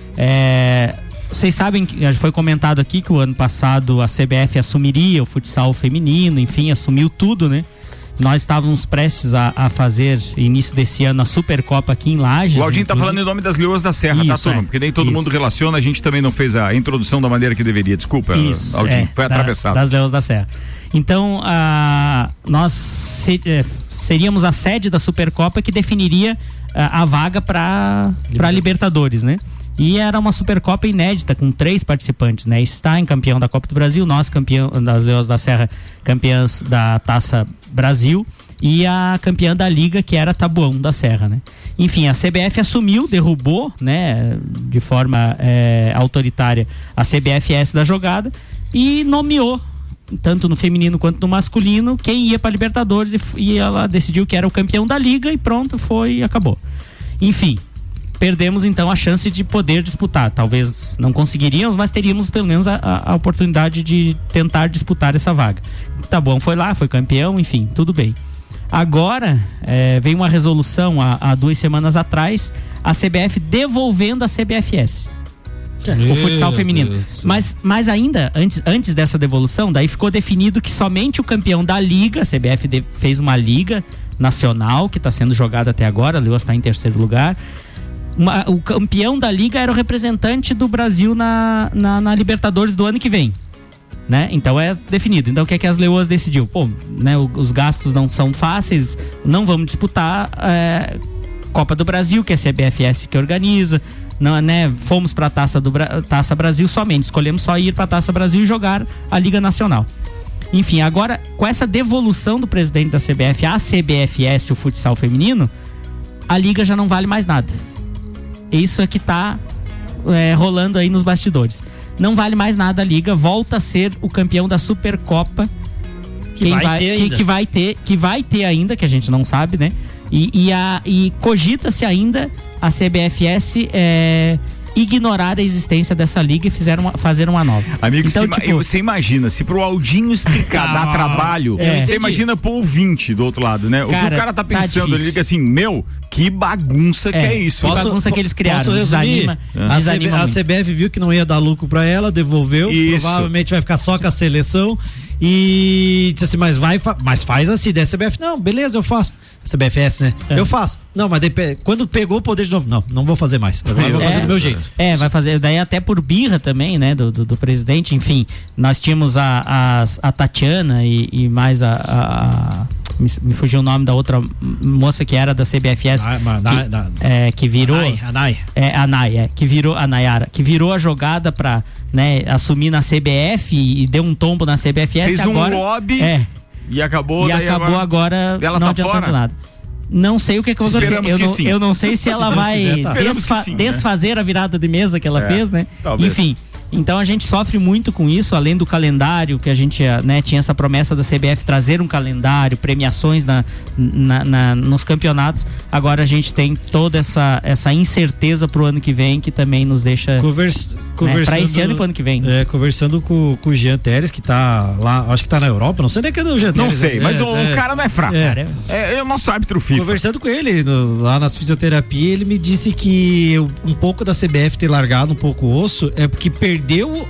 [SPEAKER 6] É, vocês sabem que já foi comentado aqui que o ano passado a C B F assumiria o futsal feminino, enfim, assumiu tudo, né? Nós estávamos prestes a, a fazer, início desse ano, a Supercopa aqui em Lages.
[SPEAKER 2] O Aldinho tá falando em nome das Leoas da Serra,
[SPEAKER 6] isso,
[SPEAKER 2] tá, turma?
[SPEAKER 6] É,
[SPEAKER 2] porque nem todo
[SPEAKER 6] isso.
[SPEAKER 2] mundo relaciona, a gente também não fez a introdução da maneira que deveria. Desculpa,
[SPEAKER 6] isso,
[SPEAKER 2] Aldinho,
[SPEAKER 6] é,
[SPEAKER 2] foi atravessado.
[SPEAKER 6] Das, das Leoas da Serra. Então, a, nós se, é, seríamos a sede da Supercopa que definiria a, a vaga para para Libertadores, né? E era uma Supercopa inédita, com três participantes, né? Está em campeão da Copa do Brasil, nós campeão das Leões da Serra, campeãs da Taça Brasil, e a campeã da Liga, que era Tabuão da Serra, né? Enfim, a C B F assumiu, derrubou, né, de forma é, autoritária, a C B F S da jogada e nomeou, tanto no feminino quanto no masculino, quem ia para Libertadores, e, e ela decidiu que era o campeão da Liga e pronto, foi e acabou. Enfim, perdemos então a chance de poder disputar. Talvez não conseguiríamos, mas teríamos pelo menos a, a, a oportunidade de tentar disputar essa vaga. Tá bom, foi lá, foi campeão, enfim, tudo bem. Agora é, veio uma resolução há, há duas semanas atrás, a C B F devolvendo a C B F S.
[SPEAKER 5] Meu
[SPEAKER 6] o futsal feminino.
[SPEAKER 5] Deus.
[SPEAKER 6] Mas, mas ainda, antes, antes dessa devolução, daí ficou definido que somente o campeão da Liga, a C B F de, fez uma Liga Nacional, que está sendo jogada até agora, a Leoas está em terceiro lugar. Uma, o campeão da Liga era o representante do Brasil na, na, na Libertadores do ano que vem, né? Então é definido. Então o que é que as Leoas decidiu? Pô, né, o, os gastos não são fáceis, não vamos disputar é, Copa do Brasil, que é a C B F S que organiza, não, né? Fomos para a Taça, do, Taça Brasil somente, escolhemos só ir para a Taça Brasil e jogar a Liga Nacional. Enfim, agora com essa devolução do presidente da C B F à C B F S, o futsal feminino, a Liga já não vale mais nada. Isso é que tá é, rolando aí nos bastidores. Não vale mais nada a Liga, volta a ser o campeão da Supercopa.
[SPEAKER 9] Que vai, vai ter
[SPEAKER 6] que,
[SPEAKER 9] ainda.
[SPEAKER 6] que vai ter, que vai ter ainda, que a gente não sabe, né? E, e, a, e cogita-se ainda a C B F S é, ignorar a existência dessa liga e fizeram uma, fazer uma nova.
[SPEAKER 2] Amigo,
[SPEAKER 6] então,
[SPEAKER 2] você,
[SPEAKER 6] tipo,
[SPEAKER 2] ima- você imagina, se pro Aldinho explicar, dá trabalho,
[SPEAKER 6] É.
[SPEAKER 2] você imagina pro ouvinte do outro lado, né? O que
[SPEAKER 6] Cara,
[SPEAKER 2] o cara tá
[SPEAKER 6] tá
[SPEAKER 2] pensando,
[SPEAKER 6] difícil.
[SPEAKER 2] ele fica assim, meu, que bagunça que é isso.
[SPEAKER 6] Que bagunça que eles criaram.
[SPEAKER 9] Posso resumir?
[SPEAKER 6] Desanima,
[SPEAKER 9] A, C B,
[SPEAKER 6] desanima
[SPEAKER 9] a
[SPEAKER 6] muito.
[SPEAKER 9] C B F viu que não ia dar lucro pra ela, devolveu.
[SPEAKER 2] Isso.
[SPEAKER 9] Provavelmente vai ficar só com a seleção. E disse assim, mas vai, fa- mas faz assim. Daí a C B F, não, beleza, eu faço. A C B F S, né?
[SPEAKER 6] É.
[SPEAKER 9] Eu faço. Não, mas daí, pe- quando pegou o poder de novo, não, não vou fazer mais. Agora eu vou
[SPEAKER 6] É.
[SPEAKER 9] fazer do meu jeito.
[SPEAKER 6] É, vai fazer, daí até por birra também, né, do, do, do presidente, enfim, nós tínhamos a, a, a Tatiana e, e mais a, a- a- me, me fugiu o nome da outra moça que era da C B F S,
[SPEAKER 9] Na- ma-
[SPEAKER 6] que,
[SPEAKER 9] na- na-
[SPEAKER 6] é, que virou,
[SPEAKER 9] Anai, Anai.
[SPEAKER 6] é, a Nay, é, que virou, a Nayara, que virou a jogada pra, né, assumir na C B F e, e deu um tombo na C B F S.
[SPEAKER 2] Fez um
[SPEAKER 6] agora,
[SPEAKER 2] lobby
[SPEAKER 6] é,
[SPEAKER 2] e acabou.
[SPEAKER 6] e
[SPEAKER 2] daí
[SPEAKER 6] acabou agora,
[SPEAKER 2] Ela
[SPEAKER 6] não
[SPEAKER 2] tá
[SPEAKER 6] adiantando
[SPEAKER 2] fora?
[SPEAKER 6] nada. Não sei o que, que eu vou dizer.
[SPEAKER 2] Esperamos
[SPEAKER 6] Eu
[SPEAKER 2] que
[SPEAKER 6] não,
[SPEAKER 2] sim.
[SPEAKER 6] eu não sei se ela
[SPEAKER 9] Deus
[SPEAKER 6] vai
[SPEAKER 9] quiser, tá.
[SPEAKER 2] Esperamos
[SPEAKER 6] desfa-
[SPEAKER 2] que sim, né?
[SPEAKER 6] desfazer a virada de mesa que ela
[SPEAKER 2] É,
[SPEAKER 6] fez, né?
[SPEAKER 2] talvez.
[SPEAKER 6] Enfim, Então a gente sofre muito com isso, além do calendário, que a gente, né, tinha essa promessa da C B F trazer um calendário, premiações na, na, na, nos campeonatos. Agora a gente tem toda essa, essa incerteza pro ano que vem, que também nos deixa.
[SPEAKER 9] Convers, conversando,
[SPEAKER 6] né, pra esse ano e pro ano que vem.
[SPEAKER 9] É, conversando com, com o Jean Teres, que tá lá, acho que tá na Europa, não sei nem cadê o Jean Teres.
[SPEAKER 2] Não sei,
[SPEAKER 9] é,
[SPEAKER 2] mas
[SPEAKER 9] é,
[SPEAKER 2] o,
[SPEAKER 9] é,
[SPEAKER 2] o cara não é fraco.
[SPEAKER 9] É,
[SPEAKER 2] é, é o nosso árbitro FIFA.
[SPEAKER 9] Conversando com ele no, lá nas fisioterapia, ele me disse que eu, um pouco da C B F ter largado um pouco o osso é porque perdeu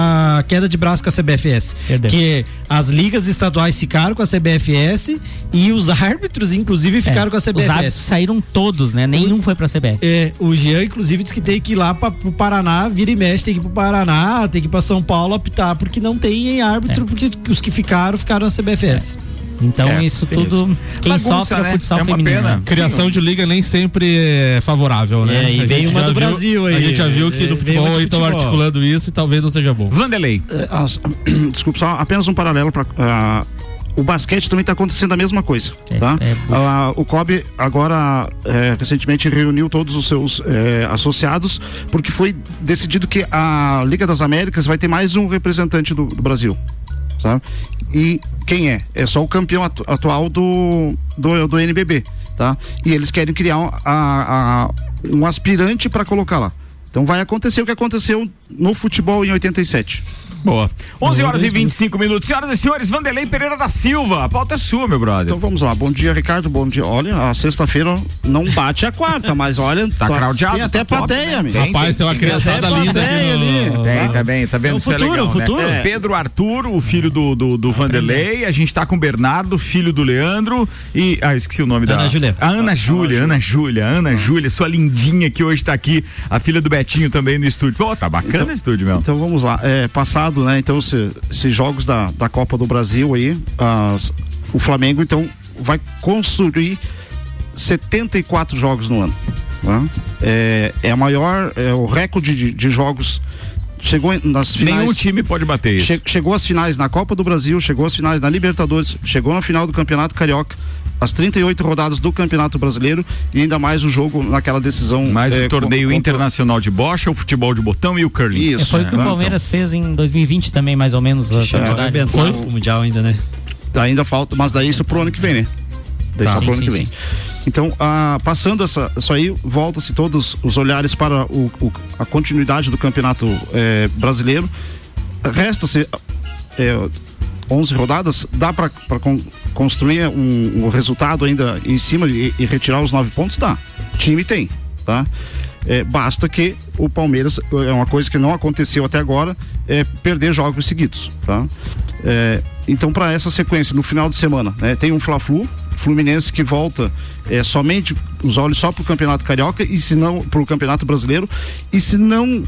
[SPEAKER 9] a queda de braço com a C B F S. Perdeu. Que as ligas estaduais ficaram com a C B F S e os árbitros, inclusive, ficaram é, com a C B F S.
[SPEAKER 6] Os árbitros saíram todos, né? Nenhum foi pra C B F.
[SPEAKER 9] É, o Jean, inclusive, disse que tem que ir lá pra, pro Paraná, vira e mexe, tem que ir pro Paraná, tem que ir pra São Paulo apitar, porque não tem árbitro, é. porque os que ficaram, ficaram na C B F S.
[SPEAKER 6] É. Então é, isso tudo, isso. Quem
[SPEAKER 2] Bagunça,
[SPEAKER 6] sofre
[SPEAKER 2] né?
[SPEAKER 6] é futsal
[SPEAKER 2] é uma
[SPEAKER 6] feminino.
[SPEAKER 2] Pena.
[SPEAKER 6] Né?
[SPEAKER 5] Criação
[SPEAKER 2] Sim.
[SPEAKER 5] de liga nem sempre é favorável, né?
[SPEAKER 9] É, e veio uma do
[SPEAKER 5] viu,
[SPEAKER 9] Brasil aí.
[SPEAKER 5] A gente já viu que no futebol aí estão articulando isso e talvez não seja bom.
[SPEAKER 2] Vanderlei.
[SPEAKER 4] É, as, desculpa, só apenas um paralelo para uh, o basquete também está acontecendo a mesma coisa,
[SPEAKER 6] é,
[SPEAKER 4] tá?
[SPEAKER 6] É,
[SPEAKER 4] uh, o C O B agora é, recentemente reuniu todos os seus é, associados porque foi decidido que a Liga das Américas vai ter mais um representante do, do Brasil, sabe? E quem é? É só o campeão atu atual do, do, do N B B, tá? E eles querem criar um, a, a, um aspirante para colocar lá. Então vai acontecer o que aconteceu no futebol em oitenta e sete.
[SPEAKER 2] Boa. onze horas e vinte e cinco minutos. Senhoras e senhores, Vanderlei Pereira da Silva. A pauta é sua, meu brother.
[SPEAKER 4] Então vamos lá. Bom dia, Ricardo. Bom dia. Olha, a sexta-feira não bate a quarta, mas olha.
[SPEAKER 2] Tá crowdado.
[SPEAKER 4] Tem até
[SPEAKER 2] tá
[SPEAKER 4] plateia,
[SPEAKER 2] top, né?
[SPEAKER 4] amigo.
[SPEAKER 5] Rapaz, tem uma criançada linda aqui no...
[SPEAKER 2] Tem, tá bem, tá vendo?
[SPEAKER 9] O futuro,
[SPEAKER 2] legal,
[SPEAKER 9] o futuro.
[SPEAKER 2] Né? É. Pedro Arthur, o filho do, do, do Vanderlei. A gente tá com o Bernardo, filho do Leandro. E. Ah, esqueci o nome da.
[SPEAKER 9] Ana Júlia.
[SPEAKER 2] A Ana Júlia, Ana Júlia, Ana Júlia, sua lindinha que hoje tá aqui. A filha do Betinho também no estúdio. Pô, tá bacana
[SPEAKER 4] Então-
[SPEAKER 2] o estúdio, meu.
[SPEAKER 4] Então vamos lá. É, passado, né? Então, se, esses jogos da, da Copa do Brasil aí, as, o Flamengo, então, vai construir setenta e quatro jogos no ano. Né? É, é a maior, é o recorde de, de jogos. Chegou em- nas finais.
[SPEAKER 2] Nenhum time pode bater isso.
[SPEAKER 4] Che- chegou às finais na Copa do Brasil, chegou às finais na Libertadores, chegou na final do Campeonato Carioca, as trinta e oito rodadas do Campeonato Brasileiro e ainda mais o jogo naquela decisão.
[SPEAKER 2] Mais
[SPEAKER 4] é,
[SPEAKER 2] o torneio
[SPEAKER 4] contra-
[SPEAKER 2] internacional de bocha, o futebol de botão e o curling.
[SPEAKER 4] Isso.
[SPEAKER 6] foi o que
[SPEAKER 4] né?
[SPEAKER 6] o Palmeiras fez em dois mil e vinte também, mais ou menos. A
[SPEAKER 9] Já vai
[SPEAKER 6] quantidade.
[SPEAKER 9] arrebentar o Mundial ainda, né?
[SPEAKER 4] Então, ainda falta, mas daí isso pro ano que vem, né? Daí
[SPEAKER 6] Tá.
[SPEAKER 4] só pro
[SPEAKER 6] Sim,
[SPEAKER 4] ano que
[SPEAKER 6] sim,
[SPEAKER 4] vem.
[SPEAKER 6] sim.
[SPEAKER 4] Então, ah, passando essa, isso aí, volta-se todos os olhares para o, o- a continuidade do campeonato eh, brasileiro. Resta-se eh, onze rodadas, dá para con, construir um, um resultado ainda em cima e, e retirar os nove pontos? Dá. Time tem, tá? É, basta que o Palmeiras, é uma coisa que não aconteceu até agora, é perder jogos seguidos, tá? É, então, para essa sequência, no final de semana, né, tem um Fla-Flu, Fluminense que volta é, somente os olhos só pro Campeonato Carioca e se não pro Campeonato Brasileiro, e se não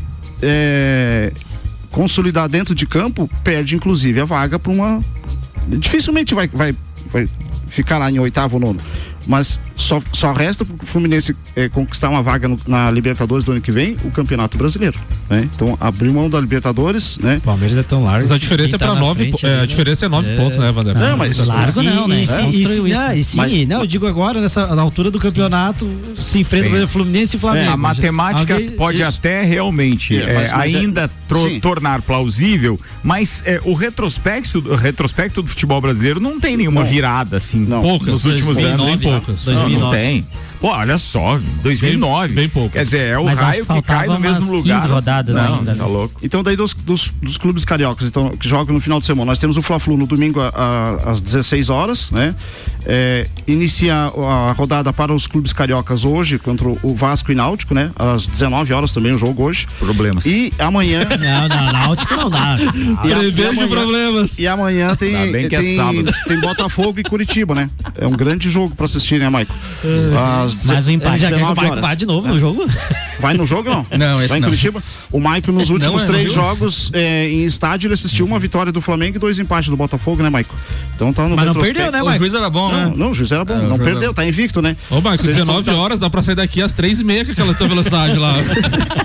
[SPEAKER 4] é, consolidar dentro de campo, perde inclusive a vaga para uma, dificilmente vai, vai, vai ficar lá em oitavo ou nono, mas só, só resta pro Fluminense é, conquistar uma vaga no, na Libertadores do ano que vem, o Campeonato Brasileiro, né? Então abriu mão da Libertadores, né?
[SPEAKER 9] O Palmeiras é tão largo.
[SPEAKER 5] Mas a diferença é
[SPEAKER 9] Quem tá
[SPEAKER 5] pra
[SPEAKER 9] na
[SPEAKER 5] nove,
[SPEAKER 9] frente
[SPEAKER 5] é,
[SPEAKER 9] ali,
[SPEAKER 5] a
[SPEAKER 9] né?
[SPEAKER 5] diferença é nove
[SPEAKER 9] É.
[SPEAKER 5] pontos, né, Vander?
[SPEAKER 4] Não, mas
[SPEAKER 6] Largo não, né?
[SPEAKER 9] E, e, se-
[SPEAKER 6] Construiu
[SPEAKER 9] e, se-
[SPEAKER 6] isso.
[SPEAKER 9] ah, e sim,
[SPEAKER 4] Mas-
[SPEAKER 9] não, eu digo agora, nessa, na altura do campeonato, se enfrenta
[SPEAKER 2] Sim.
[SPEAKER 9] o Fluminense e Flamengo.
[SPEAKER 2] É, a matemática
[SPEAKER 9] Alguém-
[SPEAKER 2] pode
[SPEAKER 9] isso.
[SPEAKER 2] até realmente
[SPEAKER 4] É,
[SPEAKER 2] é,
[SPEAKER 4] mas- mas é-
[SPEAKER 2] ainda tro-
[SPEAKER 4] sim.
[SPEAKER 2] tornar plausível, mas é, o retrospecto, o retrospecto do futebol brasileiro não tem nenhuma
[SPEAKER 4] Não.
[SPEAKER 2] virada assim
[SPEAKER 4] Não.
[SPEAKER 5] Poucas,
[SPEAKER 2] nos últimos
[SPEAKER 5] dois mil e
[SPEAKER 2] anos.
[SPEAKER 5] nove,
[SPEAKER 2] Bem
[SPEAKER 5] poucas.
[SPEAKER 2] Não,
[SPEAKER 9] dois mil e
[SPEAKER 2] não
[SPEAKER 9] nove.
[SPEAKER 2] tem. Pô, olha só, dois mil e nove.
[SPEAKER 5] Bem- bem poucas.
[SPEAKER 2] Quer dizer, é o
[SPEAKER 6] Mas acho
[SPEAKER 2] raio
[SPEAKER 6] que
[SPEAKER 2] que, cai
[SPEAKER 6] faltava
[SPEAKER 2] no mesmo
[SPEAKER 6] umas
[SPEAKER 2] lugar.
[SPEAKER 6] quinze rodadas
[SPEAKER 2] não,
[SPEAKER 6] ainda,
[SPEAKER 2] tá
[SPEAKER 6] né?
[SPEAKER 2] louco.
[SPEAKER 4] Então daí dos, dos, dos clubes cariocas, então, que jogam no final de semana, nós temos o Fla-Flu no domingo a- a- às dezesseis horas, né? É, inicia a rodada para os clubes cariocas hoje contra o Vasco e Náutico, né? Às dezenove horas também o jogo hoje.
[SPEAKER 2] Problemas.
[SPEAKER 4] E amanhã
[SPEAKER 9] Não, não, Náutico não dá.
[SPEAKER 4] e, a- e
[SPEAKER 5] Prevejo
[SPEAKER 4] amanhã,
[SPEAKER 5] problemas.
[SPEAKER 4] e amanhã tem
[SPEAKER 2] Ainda bem que é
[SPEAKER 4] tem,
[SPEAKER 2] sábado.
[SPEAKER 4] tem Botafogo e Curitiba, né? É um grande jogo para assistir, né, Maico? Às deze-
[SPEAKER 6] Mais um empate.
[SPEAKER 9] Ele já quer que o
[SPEAKER 4] dezenove
[SPEAKER 9] Marco
[SPEAKER 4] horas.
[SPEAKER 9] vá de novo no jogo?
[SPEAKER 4] Vai no jogo não?
[SPEAKER 7] Não, esse
[SPEAKER 4] Vai em
[SPEAKER 7] não.
[SPEAKER 4] Curitiba? O Maico nos
[SPEAKER 7] Não,
[SPEAKER 4] últimos
[SPEAKER 7] é,
[SPEAKER 4] três
[SPEAKER 7] não viu?
[SPEAKER 4] jogos é, em estádio ele assistiu uma vitória do Flamengo e dois empates do Botafogo, né, Maico? Então tá no
[SPEAKER 9] Mas não
[SPEAKER 4] retrospecto.
[SPEAKER 9] perdeu, né,
[SPEAKER 7] O
[SPEAKER 9] Maico?
[SPEAKER 7] juiz era bom,
[SPEAKER 4] Não,
[SPEAKER 7] né?
[SPEAKER 4] não, o juiz era bom,
[SPEAKER 7] É, o
[SPEAKER 4] não
[SPEAKER 7] juiz
[SPEAKER 4] perdeu,
[SPEAKER 7] era-
[SPEAKER 4] tá invicto, né?
[SPEAKER 5] Ô, Marcos,
[SPEAKER 4] Vocês
[SPEAKER 5] dezenove
[SPEAKER 4] podem-
[SPEAKER 5] horas, dá pra sair daqui às três e meia com aquela tua velocidade lá.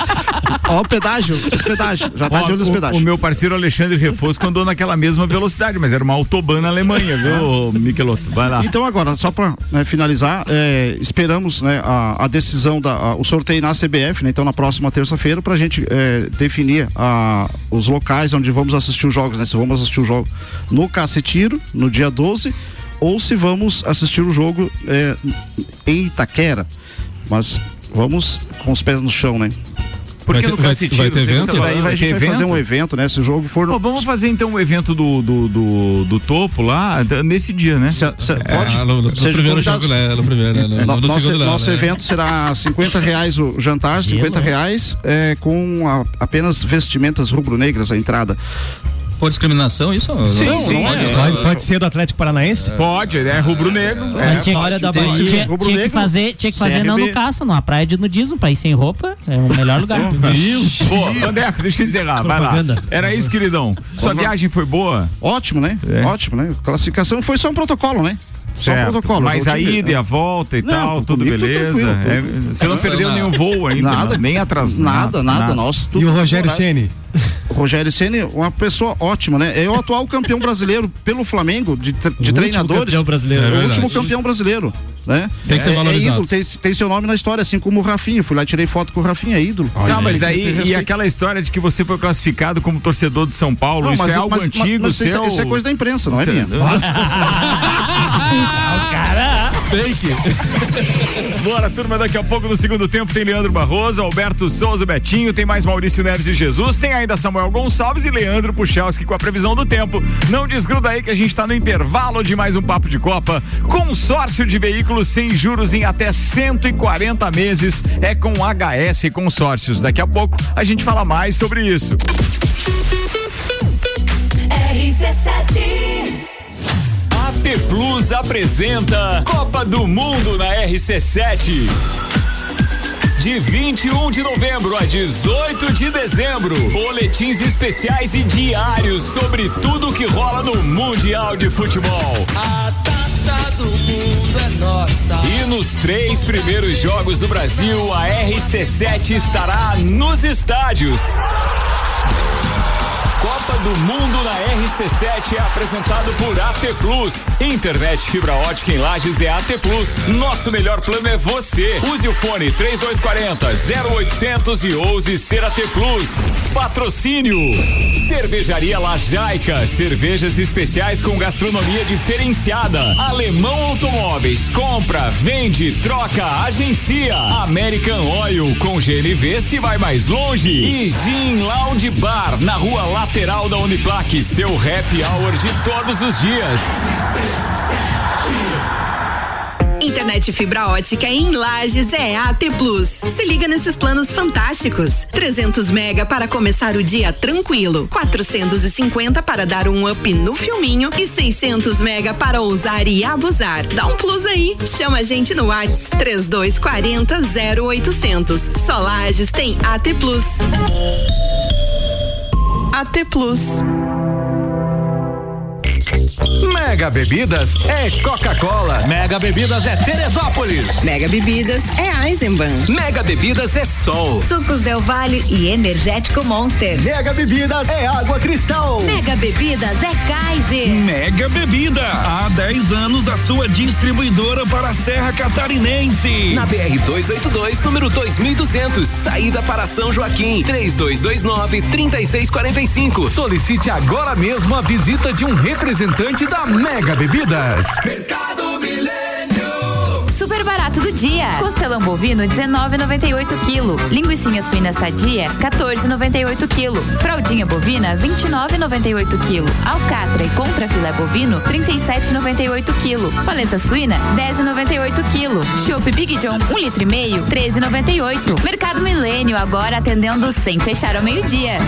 [SPEAKER 4] Ó, o pedágio, hospedagem. Já tá
[SPEAKER 2] Ó,
[SPEAKER 4] de olho no
[SPEAKER 2] o,
[SPEAKER 4] hospedagem.
[SPEAKER 2] o meu parceiro Alexandre Refosco andou naquela mesma velocidade, mas era uma autobahn na Alemanha, viu, Michelotto? Vai lá.
[SPEAKER 4] Então agora, só para né, finalizar, é, esperamos né, a, a decisão, da, a, o sorteio na C B F, né, então na próxima terça-feira, pra gente é, definir a, os locais onde vamos assistir os jogos, né? Se vamos assistir o jogo no Cacetiro, no dia doze, ou se vamos assistir o jogo é, em Itaquera. Mas vamos com os pés no chão, né?
[SPEAKER 2] Porque
[SPEAKER 5] vai
[SPEAKER 2] no
[SPEAKER 5] ter, vai,
[SPEAKER 2] Cacetiro,
[SPEAKER 5] vai ter
[SPEAKER 2] você
[SPEAKER 5] evento?
[SPEAKER 2] tá
[SPEAKER 4] Daí vai, a gente vai
[SPEAKER 2] evento?
[SPEAKER 4] fazer um evento, né? Se o jogo for no...
[SPEAKER 2] Pô, vamos fazer então um evento do, do, do, do topo lá, nesse dia, né?
[SPEAKER 4] Se, se, pode?
[SPEAKER 5] Ah, no, no,
[SPEAKER 4] Sejam
[SPEAKER 5] no primeiro
[SPEAKER 4] convidados.
[SPEAKER 5] jogo, né? No primeiro, né? No,
[SPEAKER 4] No-
[SPEAKER 5] no
[SPEAKER 4] nosso
[SPEAKER 5] segundo, não,
[SPEAKER 4] nosso
[SPEAKER 5] né?
[SPEAKER 4] evento será cinquenta reais o jantar, cinquenta reais é, com a- apenas vestimentas rubro-negras a entrada.
[SPEAKER 7] Por discriminação, isso?
[SPEAKER 2] Sim,
[SPEAKER 7] não,
[SPEAKER 2] sim,
[SPEAKER 7] não
[SPEAKER 2] é.
[SPEAKER 9] Pode, pode ser do Atlético Paranaense?
[SPEAKER 2] Pode, é rubro-negro. É.
[SPEAKER 6] Mas tinha,
[SPEAKER 9] História da
[SPEAKER 6] tinha-
[SPEAKER 9] Bahia.
[SPEAKER 6] tinha-
[SPEAKER 4] Rubro
[SPEAKER 6] tinha que
[SPEAKER 4] Negro,
[SPEAKER 6] fazer, tinha que fazer
[SPEAKER 4] C R B.
[SPEAKER 6] não no caça, numa praia de nudismo, pra ir sem roupa, é o melhor lugar.
[SPEAKER 2] Pô, Vandeco, deixa eu encerrar, vai lá.
[SPEAKER 9] Propaganda.
[SPEAKER 2] Era isso, queridão. Sua
[SPEAKER 4] Vamos lá.
[SPEAKER 2] viagem foi boa?
[SPEAKER 4] Ótimo, né?
[SPEAKER 2] É.
[SPEAKER 4] Ótimo, né? Classificação foi só um protocolo, né? Só um
[SPEAKER 2] Certo.
[SPEAKER 4] protocolo.
[SPEAKER 2] Mas
[SPEAKER 4] O
[SPEAKER 2] a
[SPEAKER 4] time-
[SPEAKER 2] ida e a volta e
[SPEAKER 4] Não,
[SPEAKER 2] tal, tudo
[SPEAKER 4] comigo tá
[SPEAKER 2] beleza.
[SPEAKER 4] tranquilo,
[SPEAKER 2] É,
[SPEAKER 4] tudo.
[SPEAKER 2] você não
[SPEAKER 7] Nossa,
[SPEAKER 2] perdeu
[SPEAKER 7] não.
[SPEAKER 2] nenhum voo ainda,
[SPEAKER 4] Nada.
[SPEAKER 2] não, nem atrasado.
[SPEAKER 4] Nada, nada, nós.
[SPEAKER 9] E o Rogério Ceni?
[SPEAKER 4] O Rogério Ceni, uma pessoa ótima, né? É o atual campeão brasileiro pelo Flamengo de, tre- de
[SPEAKER 9] O
[SPEAKER 4] treinadores.
[SPEAKER 9] último campeão brasileiro.
[SPEAKER 5] É
[SPEAKER 4] É o
[SPEAKER 5] verdade.
[SPEAKER 4] último campeão brasileiro, né?
[SPEAKER 5] Tem que ser
[SPEAKER 4] é, é
[SPEAKER 5] valorizado.
[SPEAKER 4] ídolo, tem, tem seu nome na história, assim como o Rafinha. Fui lá e tirei foto com o Rafinha, é ídolo.
[SPEAKER 2] Não, mas
[SPEAKER 4] Tem que ter
[SPEAKER 2] daí, e
[SPEAKER 4] respeito.
[SPEAKER 2] aquela história de que você foi classificado como torcedor de São Paulo,
[SPEAKER 4] Não,
[SPEAKER 2] isso
[SPEAKER 4] mas-
[SPEAKER 2] é algo
[SPEAKER 4] mas- mas-
[SPEAKER 2] antigo,
[SPEAKER 4] mas isso,
[SPEAKER 2] seu...
[SPEAKER 4] é- isso é coisa da imprensa, não é
[SPEAKER 2] Você-
[SPEAKER 4] minha.
[SPEAKER 2] Bora, turma, daqui a pouco no segundo tempo tem Leandro Barroso, Alberto Souza, Betinho, tem mais Maurício Neves e Jesus, tem ainda Samuel Gonçalves e Leandro Puchalski com a previsão do tempo. Não desgruda aí que a gente tá no intervalo de mais um Papo de Copa. Consórcio de veículos sem juros em até cento e quarenta meses é com H S Consórcios. Daqui a pouco a gente fala mais sobre isso.
[SPEAKER 1] R C sete.
[SPEAKER 2] A T Plus apresenta Copa do Mundo na R C sete. De vinte e um de novembro a dezoito de dezembro, boletins especiais e diários sobre tudo que rola no Mundial de Futebol.
[SPEAKER 3] A taça do mundo é nossa.
[SPEAKER 2] E nos três primeiros jogos do Brasil, a R C sete estará nos estádios. Copa do Mundo na R C sete é apresentado por A T Plus. Internet fibra ótica em Lages é A T Plus. Nosso melhor plano é você. Use o fone três dois quatro zero zero oitocentos e ouse ser A T Plus. Patrocínio. Cervejaria Lajaica. Cervejas especiais com gastronomia diferenciada. Alemão Automóveis. Compra, vende, troca, agencia. American Oil. Com G N V se vai mais longe. E Gin Lounge Bar. Na rua lateral da Uniplac. Seu happy hour de todos os dias.
[SPEAKER 10] Internet fibra ótica em Lages é A T Plus. Se liga nesses planos fantásticos. trezentos mega para começar o dia tranquilo, quatrocentos e cinquenta para dar um up no filminho e seiscentos mega para ousar e abusar. Dá um plus aí. Chama a gente no WhatsApp três dois quatro zero zero oitocentos. Só Lages tem A T Plus. A T Plus.
[SPEAKER 3] Mega Bebidas é Coca-Cola. Mega Bebidas é Teresópolis.
[SPEAKER 10] Mega Bebidas é Eisenbahn.
[SPEAKER 3] Mega Bebidas é Sol.
[SPEAKER 1] Sucos Del Valle e Energético Monster.
[SPEAKER 3] Mega Bebidas é Água Cristal.
[SPEAKER 1] Mega Bebidas é Kaiser.
[SPEAKER 11] Mega Bebida, há dez anos a sua distribuidora para a Serra Catarinense.
[SPEAKER 3] Na B R duzentos e oitenta e dois, número dois mil e duzentos, saída para São Joaquim, três dois dois nove, três seis quatro cinco. Solicite agora mesmo a visita de um representante da Mega Bebidas. Mercado Milênio.
[SPEAKER 1] Super barato do dia. Costelão bovino dezenove reais e noventa e oito quilo. Linguicinha suína sadia quatorze reais e noventa e oito quilo. Fraldinha bovina vinte e nove reais e noventa e oito quilo. Alcatra e contra filé bovino trinta e sete reais e noventa e oito quilo. Paleta suína dez reais e noventa e oito quilo. Chopp Big John um litro e meio treze reais e noventa e oito. Mercado Milênio agora atendendo sem fechar ao meio-dia.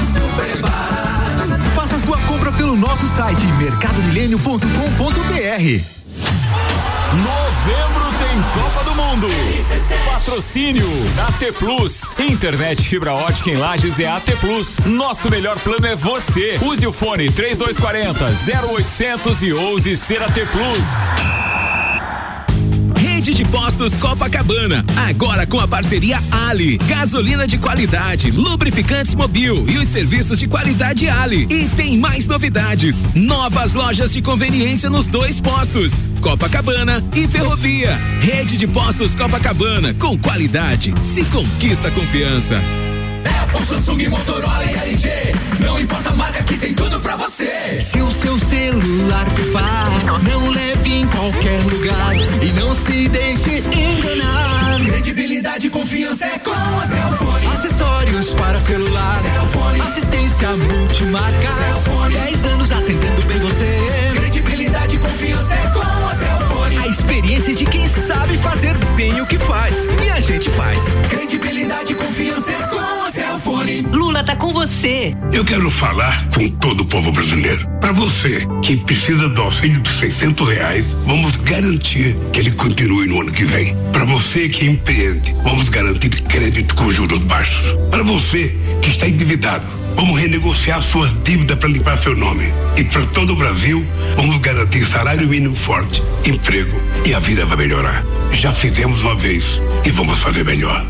[SPEAKER 3] Faça sua compra pelo nosso site mercado milênio ponto com ponto b r.
[SPEAKER 2] Novembro tem Copa do Mundo. Patrocínio A T Plus. Internet fibra ótica em Lages é A T Plus. Nosso melhor plano é você. Use o fone três dois quatro zero zero oitocentos e ouse ser A T Plus.
[SPEAKER 3] Rede de Postos Copacabana, agora com a parceria Ali, gasolina de qualidade, lubrificantes Mobil e os serviços de qualidade Ali. E tem mais novidades, novas lojas de conveniência nos dois postos, Copacabana e Ferrovia. Rede de Postos Copacabana, com qualidade, se conquista confiança.
[SPEAKER 12] Apple, Samsung, Motorola e L G, não importa a marca que tem tudo pra você. Se o seu celular pifar, não leve em qualquer lugar e não se deixe enganar. Credibilidade e confiança é com a Cellfone. Acessórios para celular, Cellfone. Assistência multimarca, Cellfone. dez anos atendendo bem você. Credibilidade e confiança é com a Cellfone. A experiência de quem sabe fazer bem o que faz, e a gente faz. Credibilidade e confiança é com a Cellfone.
[SPEAKER 10] Lula tá com você.
[SPEAKER 13] Eu quero falar com todo o povo brasileiro. Para você que precisa do auxílio de seiscentos reais, vamos garantir que ele continue no ano que vem. Para você que empreende, vamos garantir crédito com juros baixos. Para você que está endividado, vamos renegociar suas dívidas para limpar seu nome. E para todo o Brasil, vamos garantir salário mínimo forte, emprego, e a vida vai melhorar. Já fizemos uma vez e vamos fazer melhor.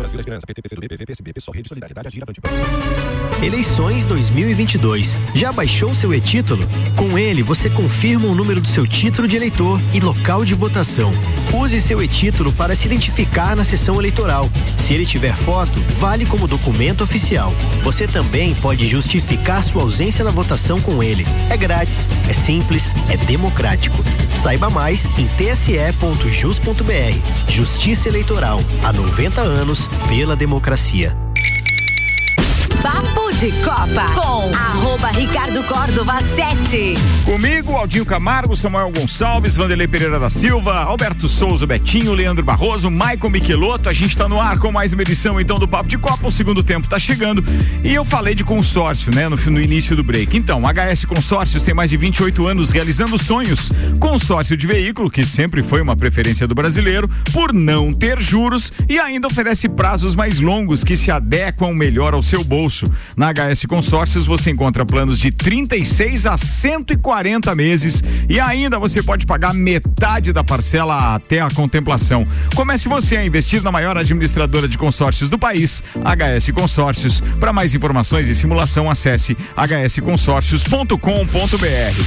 [SPEAKER 14] Eleições dois mil e vinte e dois. Já baixou seu e-título? Com ele, você confirma o número do seu título de eleitor e local de votação. Use seu e-título para se identificar na sessão eleitoral. Se ele tiver foto, vale como documento oficial. Você também pode justificar sua ausência na votação com ele. É grátis, é simples, é democrático. Saiba mais em t s e ponto jus ponto b r. Justiça Eleitoral. Há noventa anos pela democracia.
[SPEAKER 10] Papo de Copa com arroba Ricardo Córdova sete.
[SPEAKER 2] Comigo, Aldinho Camargo, Samuel Gonçalves, Vanderlei Pereira da Silva, Alberto Souza, Betinho, Leandro Barroso, Maicon Michelotto. A gente tá no ar com mais uma edição então do Papo de Copa. O segundo tempo tá chegando e eu falei de consórcio, né, no, no início do break. Então, H S Consórcios tem mais de vinte e oito anos realizando sonhos. Consórcio de veículo, que sempre foi uma preferência do brasileiro, por não ter juros e ainda oferece prazos mais longos que se adequam melhor ao seu bolso. Na H S Consórcios você encontra planos de trinta e seis a cento e quarenta meses e ainda você pode pagar metade da parcela até a contemplação. Comece você a investir na maior administradora de consórcios do país, H S Consórcios. Para mais informações e simulação, acesse h s consórcios ponto com ponto b r.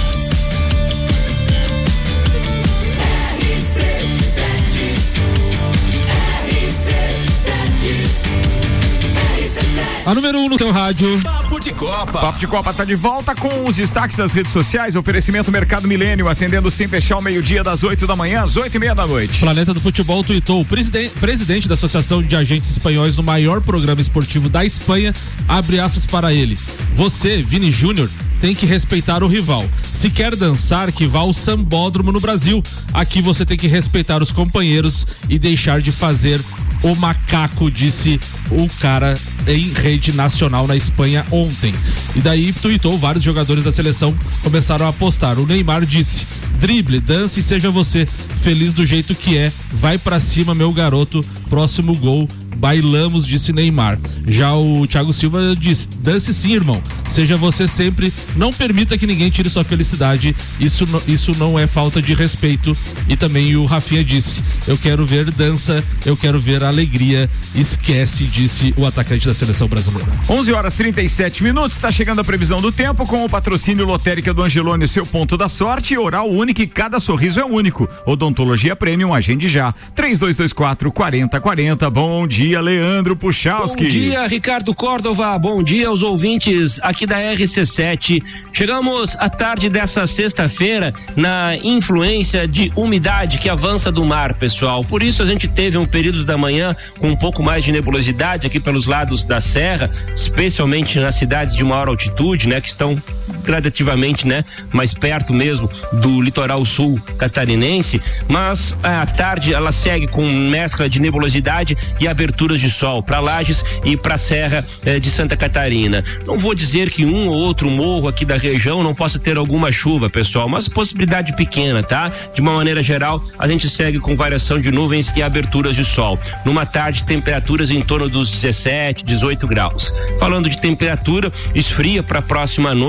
[SPEAKER 5] A número um no teu rádio.
[SPEAKER 3] Papo de Copa.
[SPEAKER 2] Papo de Copa tá de volta com os destaques das redes sociais. Oferecimento Mercado Milênio, atendendo sem fechar o meio-dia, das oito da manhã às oito e meia da noite.
[SPEAKER 5] Planeta do Futebol tuitou. O presidente, presidente da Associação de Agentes Espanhóis no maior programa esportivo da Espanha, abre aspas para ele. Você, Vini Júnior, tem que respeitar o rival. Se quer dançar, que vá ao sambódromo no Brasil. Aqui você tem que respeitar os companheiros e deixar de fazer o macaco, disse o cara em rede nacional na Espanha ontem. E daí tuitou, vários jogadores da seleção começaram a postar. O Neymar disse: drible, dance e seja você feliz do jeito que é, vai pra cima meu garoto, próximo gol, bailamos, disse Neymar. Já o Thiago Silva disse: dance sim, irmão, seja você sempre, não permita que ninguém tire sua felicidade, isso, isso não é falta de respeito. E também o Rafinha disse: eu quero ver dança, eu quero ver alegria, esquece, disse o atacante da seleção brasileira.
[SPEAKER 2] onze horas e trinta e sete minutos, está chegando a previsão do tempo com o patrocínio Lotérica do Angelone, seu ponto da sorte, Oral Único, cada sorriso é único. Odontologia Premium, agende já. três dois dois quatro, quatro zero quatro zero. Bom dia, Leandro Puchalski.
[SPEAKER 15] Bom dia, Ricardo Córdova. Bom dia aos ouvintes aqui da R C sete. Chegamos à tarde dessa sexta-feira na influência de umidade que avança do mar, pessoal. Por isso a gente teve um período da manhã com um pouco mais de nebulosidade aqui pelos lados da serra, especialmente nas cidades de maior altitude, né, que estão gradativamente, né, mais perto mesmo do litoral sul catarinense, mas à tarde ela segue com mescla de nebulosidade e aberturas de sol para Lages e para a Serra eh, de Santa Catarina. Não vou dizer que um ou outro morro aqui da região não possa ter alguma chuva, pessoal, mas possibilidade pequena, tá? De uma maneira geral, a gente segue com variação de nuvens e aberturas de sol. Numa tarde, temperaturas em torno dos dezessete, dezoito graus. Falando de temperatura, esfria para a próxima noite, a gente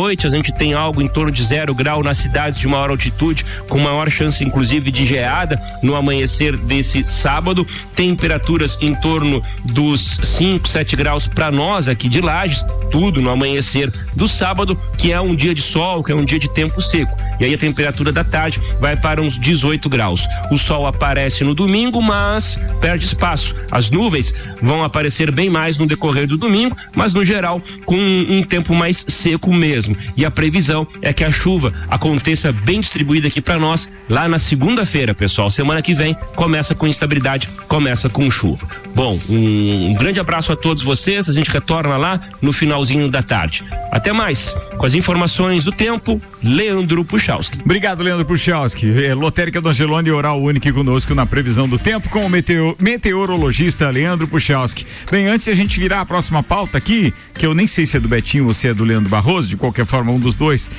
[SPEAKER 15] noite tem algo em torno de zero grau nas cidades de maior altitude, com maior chance inclusive de geada no amanhecer desse sábado. Temperaturas em torno dos cinco, sete graus para nós aqui de Lages, tudo no amanhecer do sábado, que é um dia de sol, que é um dia de tempo seco. E aí a temperatura da tarde vai para uns dezoito graus. O sol aparece no domingo, mas perde espaço. As nuvens vão aparecer bem mais no decorrer do domingo, mas no geral com um tempo mais seco mesmo. E a previsão é que a chuva aconteça bem distribuída aqui para nós lá na segunda-feira, pessoal. Semana que vem começa com instabilidade, começa com chuva. Bom, um, um grande abraço a todos vocês. A gente retorna lá no finalzinho da tarde. Até mais. Com as informações do tempo, Leandro Puchalski.
[SPEAKER 2] Obrigado, Leandro Puchalski. É, Lotérica do Angelone e Oral Único conosco na previsão do tempo com o meteo, meteorologista Leandro Puchalski. Bem, antes de a gente virar a próxima pauta aqui, que eu nem sei se é do Betinho ou se é do Leandro Barroso, de qualquer forma, um dos dois,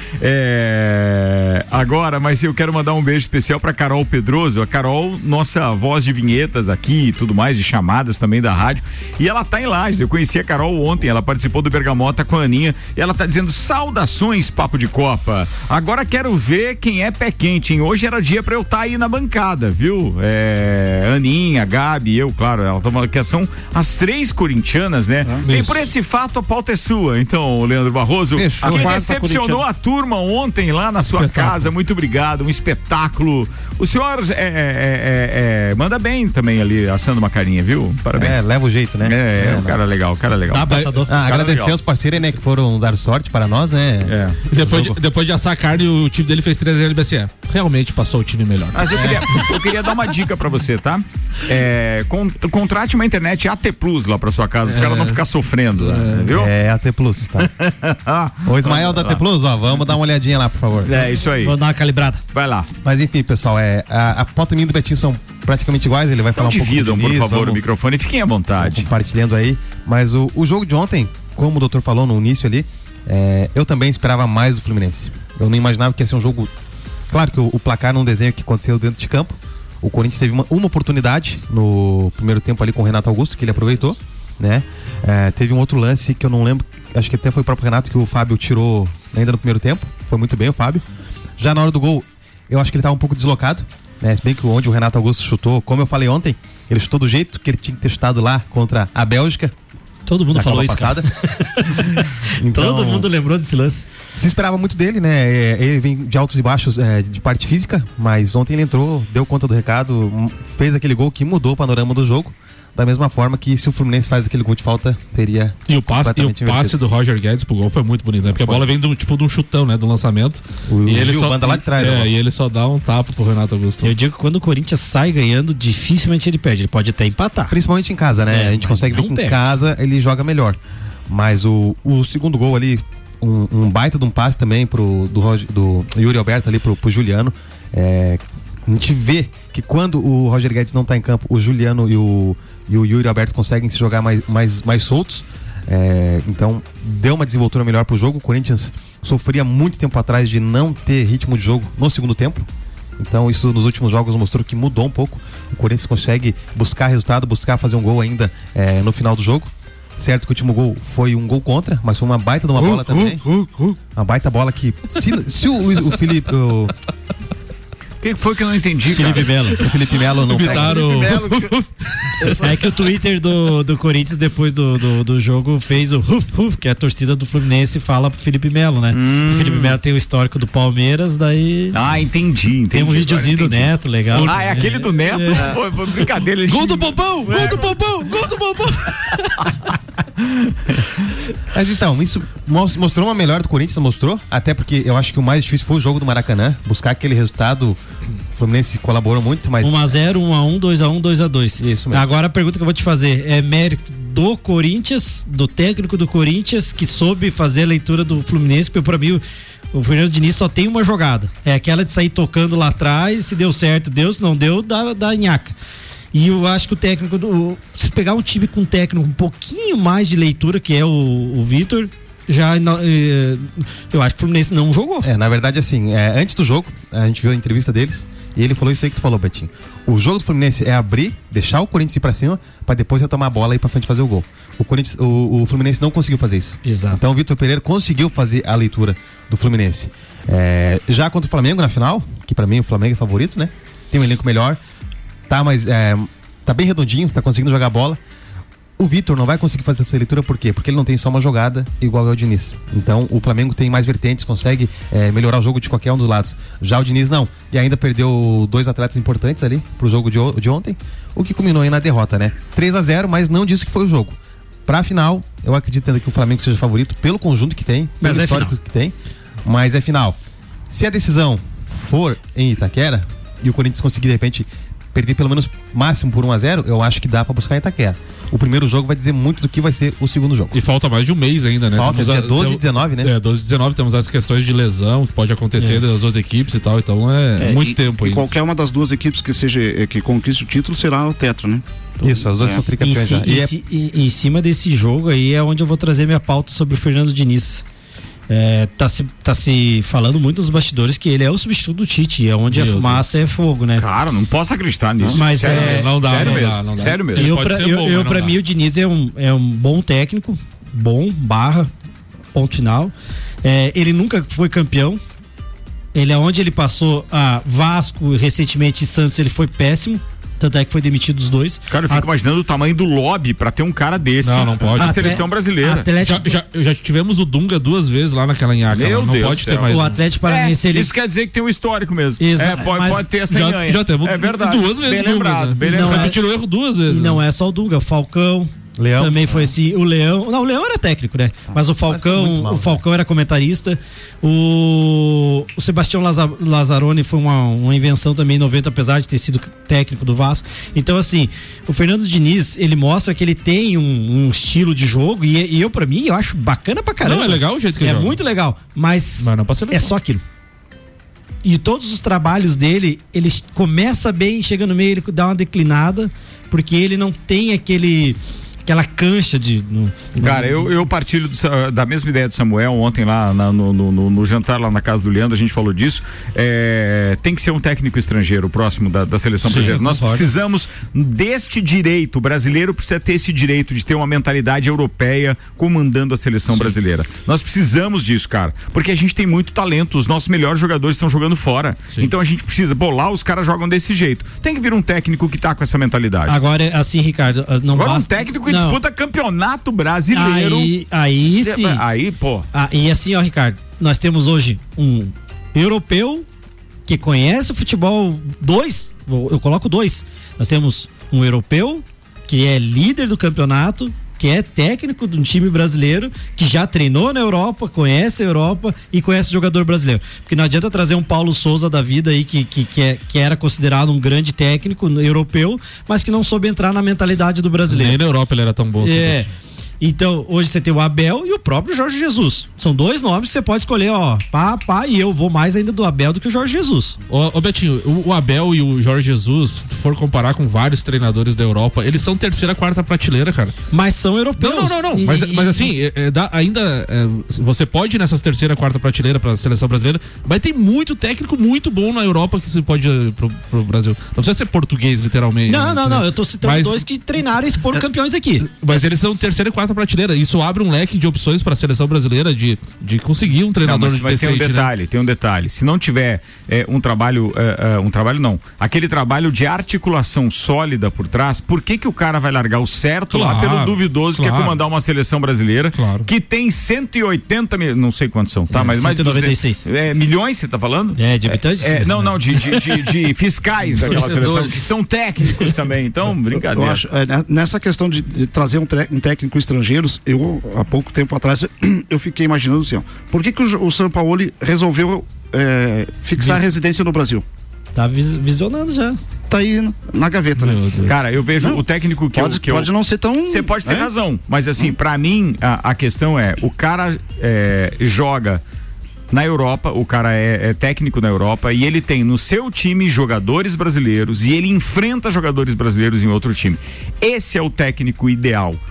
[SPEAKER 2] é... agora, mas eu quero mandar um beijo especial pra Carol Pedroso. A Carol, nossa voz de vinhetas aqui e tudo mais, de chamadas também da rádio, e ela tá em Lages. Eu conheci a Carol ontem, ela participou do Bergamota com a Aninha, e ela tá dizendo: saudações, Papo de Copa. Agora quero ver quem é pé quente, hein? Hoje era dia pra eu estar tá aí na bancada, viu? É, Aninha, Gabi, eu, claro, ela toma, que são as três corintianas, né? Ah, e por esse fato a pauta é sua, então, Leandro Barroso. Fechou. Quem recepcionou a turma ontem lá na sua espetáculo. Casa, muito obrigado, um espetáculo. O senhor é, é, é, é, manda bem também ali, assando uma carinha, viu? Parabéns.
[SPEAKER 16] É, leva o jeito, né?
[SPEAKER 2] É, é, é o cara legal, o cara legal.
[SPEAKER 16] Dá, passador. Ah, agradecer legal. Aos parceiros, né, que foram dar sorte para nós, né?
[SPEAKER 5] É. Depois, de, depois de assar a carne, o time dele fez três L B C. Realmente passou o time melhor.
[SPEAKER 2] Mas eu queria, eu queria dar uma dica pra você, tá? É, con, contrate uma internet A T Plus lá pra sua casa, porque é. ela não ficar sofrendo, é. Né, viu?
[SPEAKER 16] É, A T Plus, tá? Ô Ismael da A T Plus, ó, vamos dar uma olhadinha lá, por favor.
[SPEAKER 2] É, isso aí.
[SPEAKER 6] Vou dar uma calibrada.
[SPEAKER 2] Vai lá.
[SPEAKER 16] Mas enfim, pessoal, é, a, a pauta minha do Betinho são praticamente iguais, ele vai
[SPEAKER 2] então
[SPEAKER 16] falar um pouco
[SPEAKER 2] dividam,
[SPEAKER 16] Diniz,
[SPEAKER 2] por favor,
[SPEAKER 16] vamos,
[SPEAKER 2] o microfone, fiquem à vontade.
[SPEAKER 16] Compartilhando aí, mas o, o jogo de ontem, como o doutor falou no início ali, é, eu também esperava mais do Fluminense. Eu não imaginava que ia ser um jogo... Claro que o, o placar num desenho que aconteceu dentro de campo, o Corinthians teve uma, uma oportunidade no primeiro tempo ali com o Renato Augusto, que ele aproveitou, né? É, teve um outro lance que eu não lembro, acho que até foi o próprio Renato que o Fábio tirou ainda no primeiro tempo, foi muito bem o Fábio. Já na hora do gol, eu acho que ele estava um pouco deslocado, né? Se bem que onde o Renato Augusto chutou, como eu falei ontem, ele chutou do jeito que ele tinha que ter chutado lá contra a Bélgica.
[SPEAKER 6] Todo mundo falou isso,
[SPEAKER 16] passada.
[SPEAKER 6] Então, todo mundo lembrou desse lance.
[SPEAKER 16] Se esperava muito dele, né? Ele vem de altos e baixos é, de parte física, mas ontem ele entrou, deu conta do recado, fez aquele gol que mudou o panorama do jogo. Da mesma forma que se o Fluminense faz aquele gol de falta, teria.
[SPEAKER 5] E o passe, e o passe do Roger Guedes pro gol foi muito bonito, né? Porque foi. A bola vem do tipo de um chutão, né? Do lançamento.
[SPEAKER 16] O,
[SPEAKER 5] e
[SPEAKER 16] o
[SPEAKER 5] ele
[SPEAKER 16] Gil
[SPEAKER 5] só
[SPEAKER 16] banda lá de trás.
[SPEAKER 5] É, e ele só dá um tapa pro Renato Augusto.
[SPEAKER 6] Eu digo que quando o Corinthians sai ganhando, dificilmente ele perde. Ele pode até empatar.
[SPEAKER 16] Principalmente em casa, né? É, a gente consegue ver que em casa ele joga melhor. Mas o, o segundo gol ali, um, um baita de um passe também pro, do, do Yuri Alberto ali pro, pro Juliano. É, a gente vê que quando o Roger Guedes não tá em campo, o Juliano e o, e o Yuri Alberto conseguem se jogar mais, mais, mais soltos. É, então deu uma desenvoltura melhor pro jogo. O Corinthians sofria muito tempo atrás de não ter ritmo de jogo no segundo tempo. Então isso nos últimos jogos mostrou que mudou um pouco. O Corinthians consegue buscar resultado, buscar fazer um gol ainda é, no final do jogo. Certo que o último gol foi um gol contra, mas foi uma baita de uma bola uh, também. Uh, uh, uh. Uma baita bola que se, se o, o Felipe... O,
[SPEAKER 2] Quem foi que eu não entendi,
[SPEAKER 6] Felipe
[SPEAKER 2] cara?
[SPEAKER 6] Melo.
[SPEAKER 16] O Felipe Melo não
[SPEAKER 6] tá. É que o Twitter do, do Corinthians, depois do, do, do jogo, fez o ruf, ruf, que é a torcida do Fluminense fala pro Felipe Melo, né? Hum. O Felipe Melo tem o histórico do Palmeiras, daí...
[SPEAKER 2] Ah, entendi, entendi.
[SPEAKER 6] Tem um videozinho do Neto, legal.
[SPEAKER 2] Ah, é aquele do Neto? É. Pô, foi brincadeira.
[SPEAKER 5] Gol do Popão! Gol do Popão! Gol do Popão!
[SPEAKER 16] Mas então, isso mostrou uma melhora do Corinthians, mostrou, até porque eu acho que o mais difícil foi o jogo do Maracanã, buscar aquele resultado. O Fluminense colaborou muito, mas...
[SPEAKER 6] um a zero, um a um, dois a um, dois a dois.
[SPEAKER 16] Isso mesmo.
[SPEAKER 6] Agora a pergunta que eu vou te fazer é mérito do Corinthians, do técnico do Corinthians, que soube fazer a leitura do Fluminense, porque pra mim o, o Fernando Diniz só tem uma jogada, é aquela de sair tocando lá atrás, se deu certo deu, se não deu, dá, dá nhaca. E eu acho que o técnico, do, se pegar um time com um técnico um pouquinho mais de leitura, que é o, o Vitor, já eu acho que o Fluminense não jogou.
[SPEAKER 16] É, na verdade assim, é, antes do jogo, a gente viu a entrevista deles, E ele falou isso aí que tu falou, Betinho. O jogo do Fluminense é abrir, deixar o Corinthians ir pra cima, pra depois retomar a bola e ir pra frente fazer o gol. O, Corinthians, o, o Fluminense não conseguiu fazer isso.
[SPEAKER 9] Exato.
[SPEAKER 16] Então o Vitor Pereira conseguiu fazer a leitura do Fluminense. É, já contra o Flamengo na final, que pra mim o Flamengo é favorito, né? Tem um elenco melhor, tá, mas, é, tá bem redondinho, tá conseguindo jogar bola. O Vitor não vai conseguir fazer essa leitura por quê? Porque ele não tem só uma jogada igual ao Diniz. Então o Flamengo tem mais vertentes, consegue é, melhorar o jogo de qualquer um dos lados. Já o Diniz não. E ainda perdeu dois atletas importantes ali pro jogo de, de ontem, o que culminou aí na derrota, né? três a zero, mas não disse que foi o jogo. Pra final, eu acredito ainda que o Flamengo seja favorito pelo conjunto que tem, pelo
[SPEAKER 9] mas
[SPEAKER 16] histórico
[SPEAKER 9] é
[SPEAKER 16] que tem, mas é final. Se a decisão for em Itaquera e o Corinthians conseguir de repente perder pelo menos máximo por um a zero, eu acho que dá pra buscar em Itaquera. O primeiro jogo vai dizer muito do que vai ser o segundo jogo.
[SPEAKER 5] E falta mais de um mês ainda, né?
[SPEAKER 16] Falta, dia doze e dezenove, né?
[SPEAKER 5] É, doze e dezenove, temos as questões de lesão que pode acontecer é. das duas equipes e tal, então é, é muito
[SPEAKER 4] e,
[SPEAKER 5] tempo aí.
[SPEAKER 4] Qualquer uma das duas equipes que seja que conquiste o título será o tetra, né?
[SPEAKER 16] Então, isso, as duas é. são tricampeões.
[SPEAKER 9] E,
[SPEAKER 16] e,
[SPEAKER 9] e,
[SPEAKER 16] é...
[SPEAKER 9] e, e em cima desse jogo aí é onde eu vou trazer minha pauta sobre o Fernando Diniz. É, tá, se, tá se falando muito nos bastidores que ele é o substituto do Tite, é onde Meu a fumaça Deus. é fogo, né?
[SPEAKER 2] Cara, não posso acreditar nisso.
[SPEAKER 9] Mas
[SPEAKER 2] sério
[SPEAKER 9] é,
[SPEAKER 2] mesmo.
[SPEAKER 9] não
[SPEAKER 2] dá, sério
[SPEAKER 9] não
[SPEAKER 2] mesmo.
[SPEAKER 9] dá, não dá.
[SPEAKER 2] Sério mesmo.
[SPEAKER 9] Eu, pra, eu, bom, eu pra mim, o Diniz é um, é um bom técnico, bom, barra, ponto final. É, ele nunca foi campeão. Ele, aonde ele passou a Vasco, recentemente Santos, ele foi péssimo. Tanto é que foi demitido os dois.
[SPEAKER 2] Cara, eu fico a... imaginando o tamanho do lobby pra ter um cara desse.
[SPEAKER 5] Não, não pode.
[SPEAKER 2] Na
[SPEAKER 5] Atle...
[SPEAKER 2] seleção brasileira.
[SPEAKER 5] Atlético... Já, já, já tivemos o Dunga duas vezes lá naquela nhaca.
[SPEAKER 2] Meu
[SPEAKER 5] não
[SPEAKER 2] Deus
[SPEAKER 5] pode
[SPEAKER 2] ter
[SPEAKER 5] mais.
[SPEAKER 9] O
[SPEAKER 5] um.
[SPEAKER 9] Atlético Paranaense,
[SPEAKER 2] é,
[SPEAKER 9] ele...
[SPEAKER 2] Isso quer dizer que tem um histórico mesmo.
[SPEAKER 9] Exa...
[SPEAKER 2] É, pode,
[SPEAKER 9] mas...
[SPEAKER 2] pode ter essa
[SPEAKER 5] já,
[SPEAKER 2] nhanha.
[SPEAKER 5] já temos
[SPEAKER 2] é verdade.
[SPEAKER 5] duas vezes.
[SPEAKER 2] Bem lembrado.
[SPEAKER 5] Né?
[SPEAKER 2] Bem lembrado.
[SPEAKER 5] Repetiu o erro duas vezes.
[SPEAKER 9] E não é só o Dunga, o Falcão.
[SPEAKER 16] Leão.
[SPEAKER 9] Também foi assim, o Leão, não, o Leão era técnico, né? Ah, mas o Falcão, mal, o Falcão era comentarista. O, o Sebastião Lazar, Lazzaroni foi uma, uma invenção também em noventa, apesar de ter sido técnico do Vasco. Então, assim, o Fernando Diniz, ele mostra que ele tem um, um estilo de jogo e, e eu, pra mim, eu acho bacana pra caramba.
[SPEAKER 5] Não, é legal o jeito que ele
[SPEAKER 9] É
[SPEAKER 5] joga.
[SPEAKER 9] muito legal, mas,
[SPEAKER 5] mas não
[SPEAKER 9] é só aquilo. E todos os trabalhos dele, ele começa bem, chega no meio, ele dá uma declinada, porque ele não tem aquele... aquela cancha de... No,
[SPEAKER 2] Cara, eu, eu partilho do, da mesma ideia do Samuel. Ontem lá na, no, no, no jantar lá na casa do Leandro, a gente falou disso. É, tem que ser um técnico estrangeiro próximo da, da seleção Sim, brasileira. Nós concordo. precisamos deste direito. O brasileiro precisa ter esse direito de ter uma mentalidade europeia comandando a seleção Sim. brasileira. Nós precisamos disso, cara, porque a gente tem muito talento. Os nossos melhores jogadores estão jogando fora. Sim. Então a gente precisa, pô, lá os caras jogam desse jeito. Tem que vir um técnico que tá com essa mentalidade.
[SPEAKER 9] Agora, assim, Ricardo, não
[SPEAKER 2] Agora
[SPEAKER 9] basta...
[SPEAKER 2] um técnico que
[SPEAKER 9] não.
[SPEAKER 2] disputa campeonato brasileiro.
[SPEAKER 9] Aí, aí sim.
[SPEAKER 2] Aí, pô.
[SPEAKER 9] Ah, e assim, ó, Ricardo, nós temos hoje um europeu que conhece o futebol, dois, eu coloco dois. Nós temos um europeu que é líder do campeonato, que é técnico de um time brasileiro, que já treinou na Europa, conhece a Europa e conhece o jogador brasileiro. Porque não adianta trazer um Paulo Souza da vida aí, que, que, que, é, que era considerado um grande técnico europeu, mas que não soube entrar na mentalidade do brasileiro.
[SPEAKER 5] Nem na Europa ele era tão bom.
[SPEAKER 9] É. Então, hoje você tem o Abel e o próprio Jorge Jesus. São dois nomes que você pode escolher, ó, pá, pá, e eu vou mais ainda do Abel do que o Jorge Jesus.
[SPEAKER 5] Ô, ô Betinho, o, o Abel e o Jorge Jesus, se for comparar com vários treinadores da Europa, eles são terceira, quarta prateleira, cara.
[SPEAKER 9] Mas são europeus.
[SPEAKER 5] Não, não, não, não.
[SPEAKER 9] E,
[SPEAKER 5] mas,
[SPEAKER 9] e,
[SPEAKER 5] mas assim, é, é, dá, ainda é, você pode ir nessas terceira, quarta prateleira pra seleção brasileira, mas tem muito técnico muito bom na Europa que você pode ir pro, pro Brasil. Não precisa ser português, literalmente.
[SPEAKER 9] Não, não,
[SPEAKER 5] né?
[SPEAKER 9] não, eu tô citando mas, dois que treinaram e foram campeões aqui.
[SPEAKER 5] Mas eles são terceira e quarta prateleira. Isso abre um leque de opções para a seleção brasileira de, de conseguir um treinador.
[SPEAKER 2] Não, mas,
[SPEAKER 5] de
[SPEAKER 2] mas tem um detalhe, né? tem um detalhe. Se não tiver é, um trabalho, é, é, um trabalho não, aquele trabalho de articulação sólida por trás, por que que o cara vai largar o certo claro, lá pelo duvidoso claro. que é comandar uma seleção brasileira claro. que tem cento e oitenta mil, não sei quantos são, tá? É, mas mais de
[SPEAKER 9] noventa e seis
[SPEAKER 2] é, milhões, você tá falando?
[SPEAKER 9] É, de habitantes?
[SPEAKER 2] É, é, não, não, de, de, de, de fiscais daquela seleção, que são técnicos também, então, brincadeira.
[SPEAKER 4] Eu acho, é, nessa questão de, de trazer um, um técnico estrangeiro, eu, há pouco tempo atrás, eu fiquei imaginando assim, ó, por que que o, o Sampaoli resolveu é, fixar a residência no Brasil?
[SPEAKER 9] Tá vis, visionando já.
[SPEAKER 4] Tá aí na, na gaveta, né?
[SPEAKER 2] Cara, eu vejo não, o técnico que
[SPEAKER 4] pode,
[SPEAKER 2] eu... Que
[SPEAKER 4] pode
[SPEAKER 2] eu,
[SPEAKER 4] não ser tão...
[SPEAKER 2] Você pode ter
[SPEAKER 4] é?
[SPEAKER 2] razão, mas assim, hum. pra mim, a, a questão é, o cara é, joga na Europa, o cara é, é técnico na Europa e ele tem no seu time jogadores brasileiros e ele enfrenta jogadores brasileiros em outro time. Esse é o técnico ideal,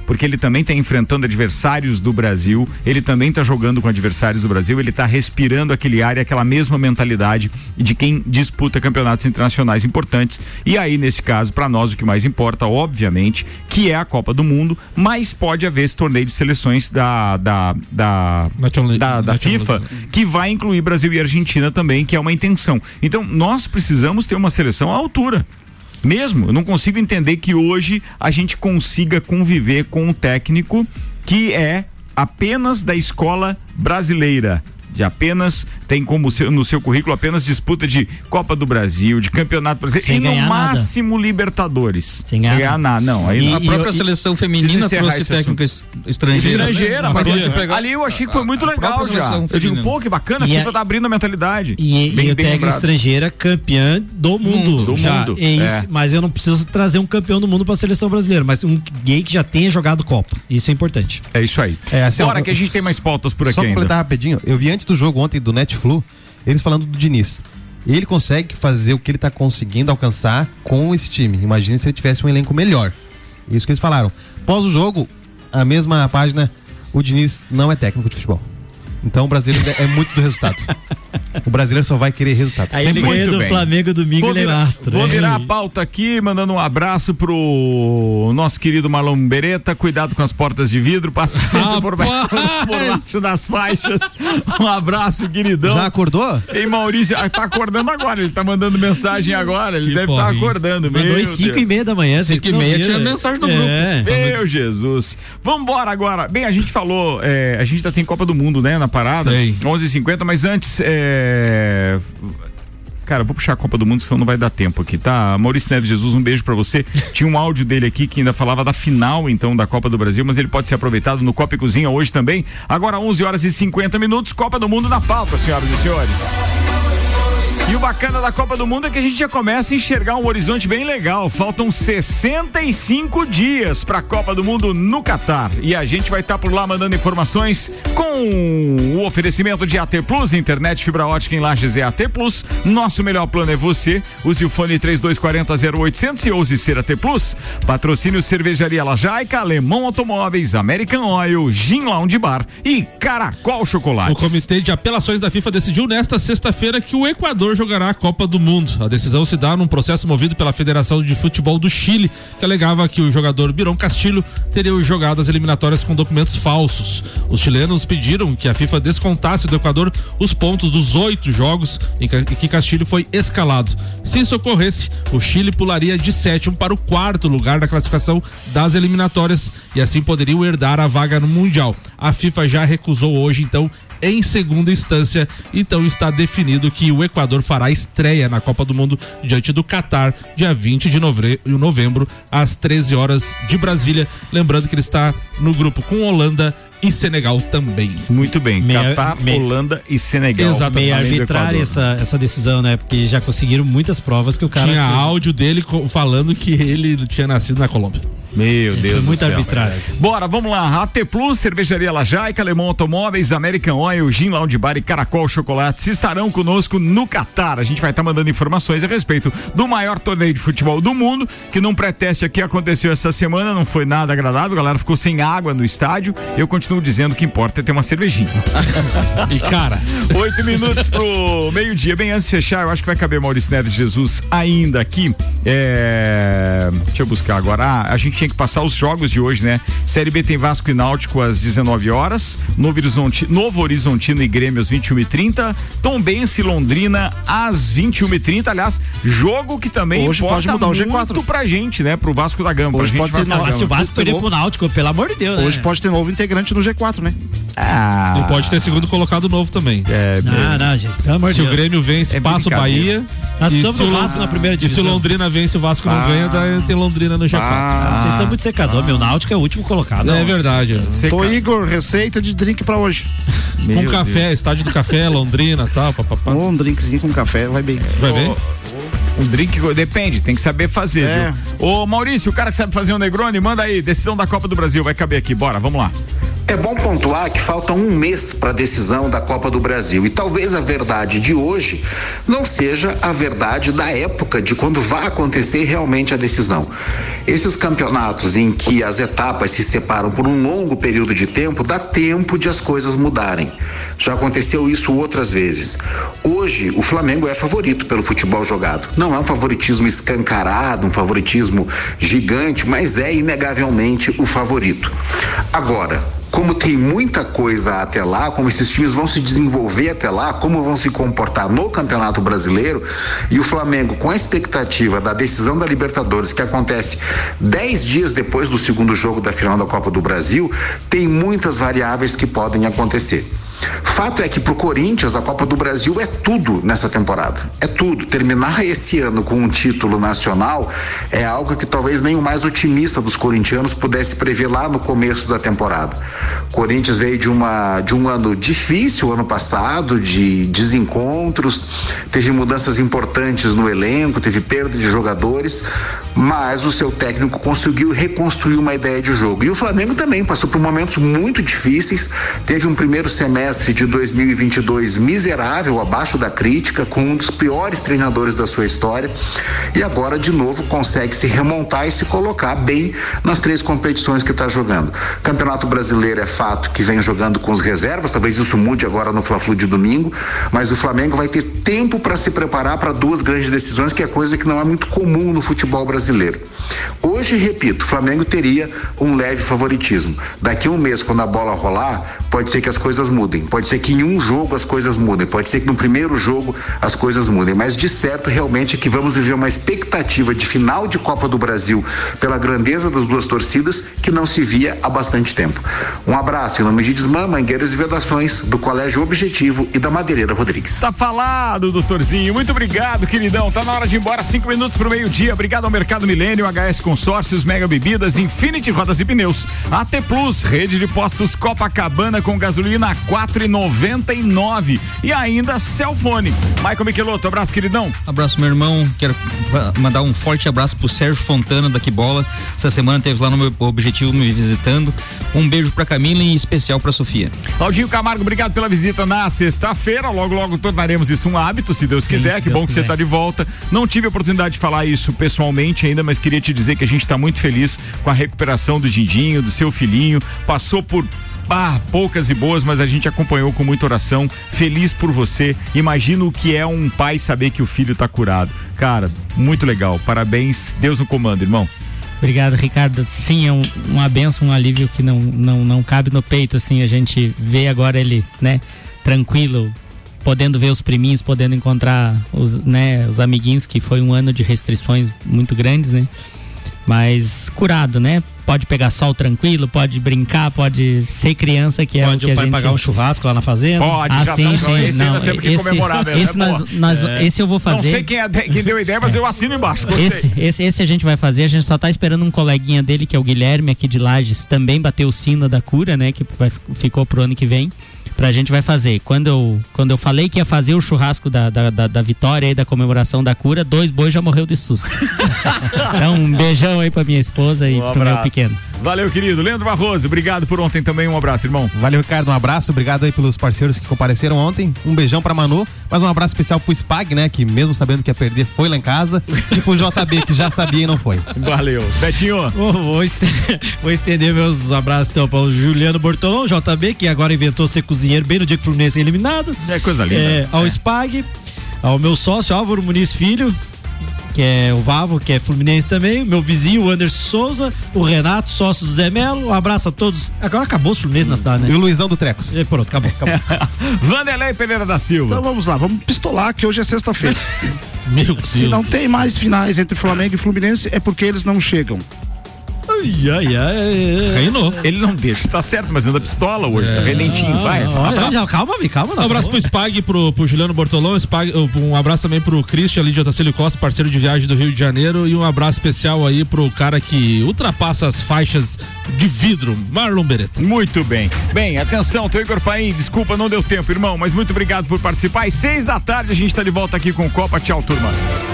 [SPEAKER 2] porque ele também está enfrentando adversários do Brasil, ele também está jogando com adversários do Brasil, ele está respirando aquele ar e aquela mesma mentalidade de quem disputa campeonatos internacionais importantes. E aí, nesse caso, para nós o que mais importa, obviamente, que é a Copa do Mundo, mas pode haver esse torneio de seleções da da da, da, da FIFA, que vai incluir Brasil e Argentina também, que é uma intenção. Então, nós precisamos ter uma seleção à altura. Mesmo, eu não consigo entender que hoje a gente consiga conviver com um técnico que é apenas da escola brasileira. De apenas, tem como seu, no seu currículo apenas disputa de Copa do Brasil, de Campeonato Brasileiro e no máximo nada. Libertadores. Sem ganhar, ganhar nada. Não, aí
[SPEAKER 7] e,
[SPEAKER 2] a
[SPEAKER 7] própria eu, seleção feminina trouxe técnica estrangeira.
[SPEAKER 2] Estrangeira, né? mas eu, ali eu achei que foi muito a, legal a já. Eu digo, pô, que bacana, a FIFA a, tá abrindo a mentalidade.
[SPEAKER 9] E, bem, e o técnico estrangeira campeã do mundo.
[SPEAKER 2] Do
[SPEAKER 9] já,
[SPEAKER 2] mundo.
[SPEAKER 9] É isso, é. Mas eu não preciso trazer um campeão do mundo pra seleção brasileira, mas um gay que já tenha jogado Copa. Isso é importante.
[SPEAKER 2] É isso aí.
[SPEAKER 16] É, assim,
[SPEAKER 2] Bora
[SPEAKER 16] ó,
[SPEAKER 2] que a gente tem mais pautas por aqui
[SPEAKER 16] só
[SPEAKER 2] ainda. Só
[SPEAKER 16] completar rapidinho, eu vi antes do jogo ontem do Netflu, eles falando do Diniz. Ele consegue fazer o que ele tá conseguindo alcançar com esse time. Imagina se ele tivesse um elenco melhor. Isso que eles falaram. Pós o jogo, a mesma página, o Diniz não é técnico de futebol. Então o brasileiro é muito do resultado. O brasileiro só vai querer resultado.
[SPEAKER 9] Aí ele ganha do bem. Flamengo domingo,
[SPEAKER 2] vou
[SPEAKER 9] ele
[SPEAKER 2] virar,
[SPEAKER 9] é astro.
[SPEAKER 2] Vou virar a pauta aqui, mandando um abraço pro nosso querido Marlon Beretta. Cuidado com as portas de vidro, passa sempre por baixo, por baixo das faixas. Um abraço, queridão.
[SPEAKER 16] Já acordou?
[SPEAKER 2] E Maurício, ah, tá acordando agora, ele tá mandando mensagem agora, ele que deve estar tá acordando.
[SPEAKER 9] Mandou às cinco e meia da manhã.
[SPEAKER 7] Cinco e meia tinha mensagem do
[SPEAKER 2] é. grupo. Meu Jesus. Vambora agora. Bem, a gente falou, é, a gente ainda tem Copa do Mundo, né, na parada, onze e cinquenta, mas antes é... cara, vou puxar a Copa do Mundo, senão não vai dar tempo aqui, tá? Maurício Neves Jesus, um beijo pra você. Tinha um áudio dele aqui que ainda falava da final, então, da Copa do Brasil, mas ele pode ser aproveitado no Copa e Cozinha hoje também. Agora onze horas e cinquenta minutos, Copa do Mundo na pauta, senhoras e senhores. E o bacana da Copa do Mundo é que a gente já começa a enxergar um horizonte bem legal. Faltam sessenta e cinco dias para a Copa do Mundo no Catar. E a gente vai estar tá por lá mandando informações com o oferecimento de A T Plus, internet fibra ótica em Lages é A T Plus. Nosso melhor plano é você. Use o fone três dois quatro zero zero oitocentos e ouse ser A T Plus. Patrocínio Cervejaria Lajaica, Alemão Automóveis, American Oil, Gin Lounge Bar e Caracol Chocolates.
[SPEAKER 5] O Comitê de Apelações da FIFA decidiu nesta sexta-feira que o Equador jogará a Copa do Mundo. A decisão se dá num processo movido pela Federação de Futebol do Chile, que alegava que o jogador Birón Castillo teria jogado as eliminatórias com documentos falsos. Os chilenos pediram que a FIFA descontasse do Equador os pontos dos oito jogos em que Castillo foi escalado. Se isso ocorresse, o Chile pularia de sétimo para o quarto lugar da classificação das eliminatórias e assim poderia herdar a vaga no Mundial. A FIFA já recusou hoje, então, em segunda instância, então está definido que o Equador fará estreia na Copa do Mundo diante do Catar, dia vinte de novembro, às treze horas de Brasília. Lembrando que ele está no grupo com Holanda e Senegal também.
[SPEAKER 2] Muito bem,
[SPEAKER 9] meia,
[SPEAKER 2] Catar,
[SPEAKER 9] meia,
[SPEAKER 2] Holanda e Senegal.
[SPEAKER 9] Exatamente. Meio arbitrária essa, essa decisão, né? Porque já conseguiram muitas provas que o cara
[SPEAKER 5] tinha,
[SPEAKER 9] tinha...
[SPEAKER 5] áudio dele falando que ele tinha nascido na Colômbia.
[SPEAKER 2] Meu Deus do céu.
[SPEAKER 9] Muito arbitrário.
[SPEAKER 2] Bora, vamos lá. A T Plus, Cervejaria Lajaica, Alemão Automóveis, American Oil, Gin Lounge Bar e Caracol Chocolates estarão conosco no Catar. A gente vai estar tá mandando informações a respeito do maior torneio de futebol do mundo, que num pré-teste aqui aconteceu essa semana, não foi nada agradável, a galera ficou sem água no estádio. Eu continuo dizendo que importa é ter uma cervejinha.
[SPEAKER 5] E cara,
[SPEAKER 2] oito minutos pro meio-dia. Bem, antes de fechar, eu acho que vai caber Maurício Neves Jesus ainda aqui. É... Deixa eu buscar agora. Ah, a gente tinha que passar os jogos de hoje, né? Série B tem Vasco e Náutico às dezenove horas, Novo Horizontino, Novo Horizontino e Grêmio às vinte e uma e trinta, Tombense e Londrina às vinte e uma e trinta. Aliás, jogo que também
[SPEAKER 4] hoje pode mudar o G quatro
[SPEAKER 2] muito pra gente, né? Pro Vasco da Gama.
[SPEAKER 9] Hoje pode ter
[SPEAKER 2] novo,
[SPEAKER 9] se o Vasco perder pro Náutico, pelo amor de Deus,
[SPEAKER 4] hoje
[SPEAKER 9] né?
[SPEAKER 4] pode ter novo integrante no G quatro, né?
[SPEAKER 5] Ah. E pode ter segundo colocado novo também.
[SPEAKER 2] É,
[SPEAKER 9] não, não, gente, pelo amor de
[SPEAKER 5] Deus. Se o Grêmio vence,
[SPEAKER 2] é
[SPEAKER 5] passa o Bahia.
[SPEAKER 9] Nós
[SPEAKER 5] e
[SPEAKER 9] estamos no Vasco na primeira divisão.
[SPEAKER 5] E se o Londrina vence, o Vasco ah. não ganha, daí tem Londrina no G quatro.
[SPEAKER 9] Ah. Vocês são muito secador, ah. meu Náutico é o último colocado.
[SPEAKER 5] É verdade.
[SPEAKER 4] Seca. Tô Igor, receita de drink pra hoje.
[SPEAKER 5] Com meu café, Deus. Estádio do café, Londrina e tal, papapá.
[SPEAKER 4] Um drinkzinho com café, vai bem.
[SPEAKER 5] Vai bem?
[SPEAKER 2] Um drink, depende, tem que saber fazer, é. viu? Ô Maurício, o cara que sabe fazer um Negroni, manda aí, decisão da Copa do Brasil, vai caber aqui, bora, vamos lá.
[SPEAKER 8] É bom pontuar que falta um mês para a decisão da Copa do Brasil e talvez a verdade de hoje não seja a verdade da época de quando vai acontecer realmente a decisão. Esses campeonatos em que as etapas se separam por um longo período de tempo, dá tempo de as coisas mudarem. Já aconteceu isso outras vezes. Hoje, o Flamengo é favorito pelo futebol jogado. Não é um favoritismo escancarado, um favoritismo gigante, mas é inegavelmente o favorito. Agora, como tem muita coisa até lá, como esses times vão se desenvolver até lá, como vão se comportar no Campeonato Brasileiro, e o Flamengo com a expectativa da decisão da Libertadores, que acontece dez dias depois do segundo jogo da final da Copa do Brasil, tem muitas variáveis que podem acontecer. Fato é que pro Corinthians a Copa do Brasil é tudo nessa temporada, é tudo. Terminar esse ano com um título nacional é algo que talvez nem o mais otimista dos corintianos pudesse prever lá no começo da temporada. Corinthians veio de uma de um ano difícil ano passado, de desencontros, teve mudanças importantes no elenco, teve perda de jogadores, mas o seu técnico conseguiu reconstruir uma ideia de jogo. E o Flamengo também passou por momentos muito difíceis, teve um primeiro semestre de dois mil e vinte e dois miserável, abaixo da crítica, com um dos piores treinadores da sua história, e agora de novo consegue se remontar e se colocar bem nas três competições que está jogando. Campeonato Brasileiro é fato que vem jogando com os reservas, talvez isso mude agora no Fla-Flu de domingo, mas o Flamengo vai ter tempo para se preparar para duas grandes decisões, que é coisa que não é muito comum no futebol brasileiro. Hoje, repito, o Flamengo teria um leve favoritismo. Daqui a um mês, quando a bola rolar, pode ser que as coisas mudem. Pode ser que em um jogo as coisas mudem, pode ser que no primeiro jogo as coisas mudem, mas de certo realmente é que vamos viver uma expectativa de final de Copa do Brasil pela grandeza das duas torcidas que não se via há bastante tempo. Um abraço em nome de Desmã, Mangueiras e Vedações, do Colégio Objetivo e da Madeireira Rodrigues.
[SPEAKER 2] Tá falado, doutorzinho, muito obrigado, queridão. Tá na hora de ir embora, cinco minutos pro meio-dia. Obrigado ao Mercado Milênio, H S Consórcios, Mega Bebidas, Infinity Rodas e Pneus, A T Plus, Rede de Postos Copacabana com gasolina quatro e noventa e nove e ainda Celfone. Michael Michelotto, abraço, queridão.
[SPEAKER 7] Abraço, meu irmão. Quero mandar um forte abraço pro Sérgio Fontana da Que Bola. Essa semana teve lá no meu Objetivo me visitando. Um beijo pra Camila e em especial pra Sofia.
[SPEAKER 2] Claudinho Camargo, obrigado pela visita na sexta-feira. Logo, logo tornaremos isso um hábito, se Deus quiser. Sim, que Deus bom quiser. Que você tá de volta. Não tive a oportunidade de falar isso pessoalmente ainda, mas queria te dizer que a gente tá muito feliz com a recuperação do Gindinho, do seu filhinho. Passou por Ah, poucas e boas, mas a gente acompanhou com muita oração, feliz por você. Imagina o que é um pai saber que o filho tá curado. Cara, muito legal, parabéns, Deus no comando, irmão.
[SPEAKER 6] Obrigado, Ricardo. Sim, é um, uma benção, um alívio que não, não, não cabe no peito, assim, a gente vê agora ele, né, tranquilo, podendo ver os priminhos, podendo encontrar os, né, os amiguinhos, que foi um ano de restrições muito grandes, né, mas curado, né? Pode pegar sol tranquilo, pode brincar, pode ser criança, que é
[SPEAKER 9] pode
[SPEAKER 6] o que
[SPEAKER 9] o pai
[SPEAKER 6] a gente...
[SPEAKER 9] pagar um churrasco lá na fazenda.
[SPEAKER 2] Pode,
[SPEAKER 6] ah,
[SPEAKER 2] já
[SPEAKER 6] sim, sim.
[SPEAKER 2] Esse
[SPEAKER 6] não,
[SPEAKER 2] nós temos que
[SPEAKER 6] esse,
[SPEAKER 2] comemorar, velho.
[SPEAKER 6] Esse, nós, nós,
[SPEAKER 2] é.
[SPEAKER 6] esse eu vou fazer.
[SPEAKER 2] Não sei quem, é, quem deu a ideia, mas eu assino embaixo. Gostei.
[SPEAKER 6] Esse, esse, esse a gente vai fazer, a gente só tá esperando um coleguinha dele, que é o Guilherme, aqui de Lages, também bateu o sino da cura, né? Que vai, ficou pro ano que vem. Pra gente vai fazer. Quando eu, quando eu falei que ia fazer o churrasco da, da, da, da vitória e da comemoração da cura, dois bois já morreu de susto. Então, um beijão aí pra minha esposa e um pro meu pequeno.
[SPEAKER 2] Valeu, querido. Leandro Barroso, obrigado por ontem também. Um abraço, irmão.
[SPEAKER 16] Valeu, Ricardo. Um abraço. Obrigado aí pelos parceiros que compareceram ontem. Um beijão pra Manu. Mas um abraço especial pro Spag, né? Que mesmo sabendo que ia perder, foi lá em casa. E pro J B, que já sabia e não foi.
[SPEAKER 2] Valeu. Betinho.
[SPEAKER 9] Oh, vou, estender, vou estender meus abraços então para o Juliano Bortolão, J B, que agora inventou ser cozinheiro bem no dia que o Fluminense é eliminado.
[SPEAKER 2] É coisa linda.
[SPEAKER 9] É, ao
[SPEAKER 2] é.
[SPEAKER 9] Spag, ao meu sócio Álvaro Muniz Filho, que é o Vavo, que é Fluminense também, meu vizinho, o Anderson Souza, o Renato, sócio do Zé Melo, um abraço a todos. Agora acabou o Fluminense na cidade, né?
[SPEAKER 16] E o Luizão do Trecos.
[SPEAKER 9] E pronto, acabou, acabou.
[SPEAKER 2] Vanderlei Pereira da Silva.
[SPEAKER 4] Então vamos lá, vamos pistolar que hoje é sexta-feira.
[SPEAKER 9] Meu Deus.
[SPEAKER 4] Se não tem mais finais entre Flamengo e Fluminense, é porque eles não chegam.
[SPEAKER 9] Ai, ai, ai.
[SPEAKER 2] Reinou. Ele não deixa, tá certo, mas anda pistola hoje, é. Tá redentinho, vai. Um
[SPEAKER 9] abraço. Já, calma, me calma. Não,
[SPEAKER 5] um abraço pro Spag, pro, pro Juliano Bortolão, Spag, um abraço também pro Christian ali de Otacílio Costa, parceiro de viagem do Rio de Janeiro, e um abraço especial aí pro cara que ultrapassa as faixas de vidro, Marlon Beretta.
[SPEAKER 2] Muito bem. Bem, atenção, teu Igor Paim, desculpa, não deu tempo, irmão, mas muito obrigado por participar. Às seis da tarde a gente tá de volta aqui com o Copa. Tchau, turma.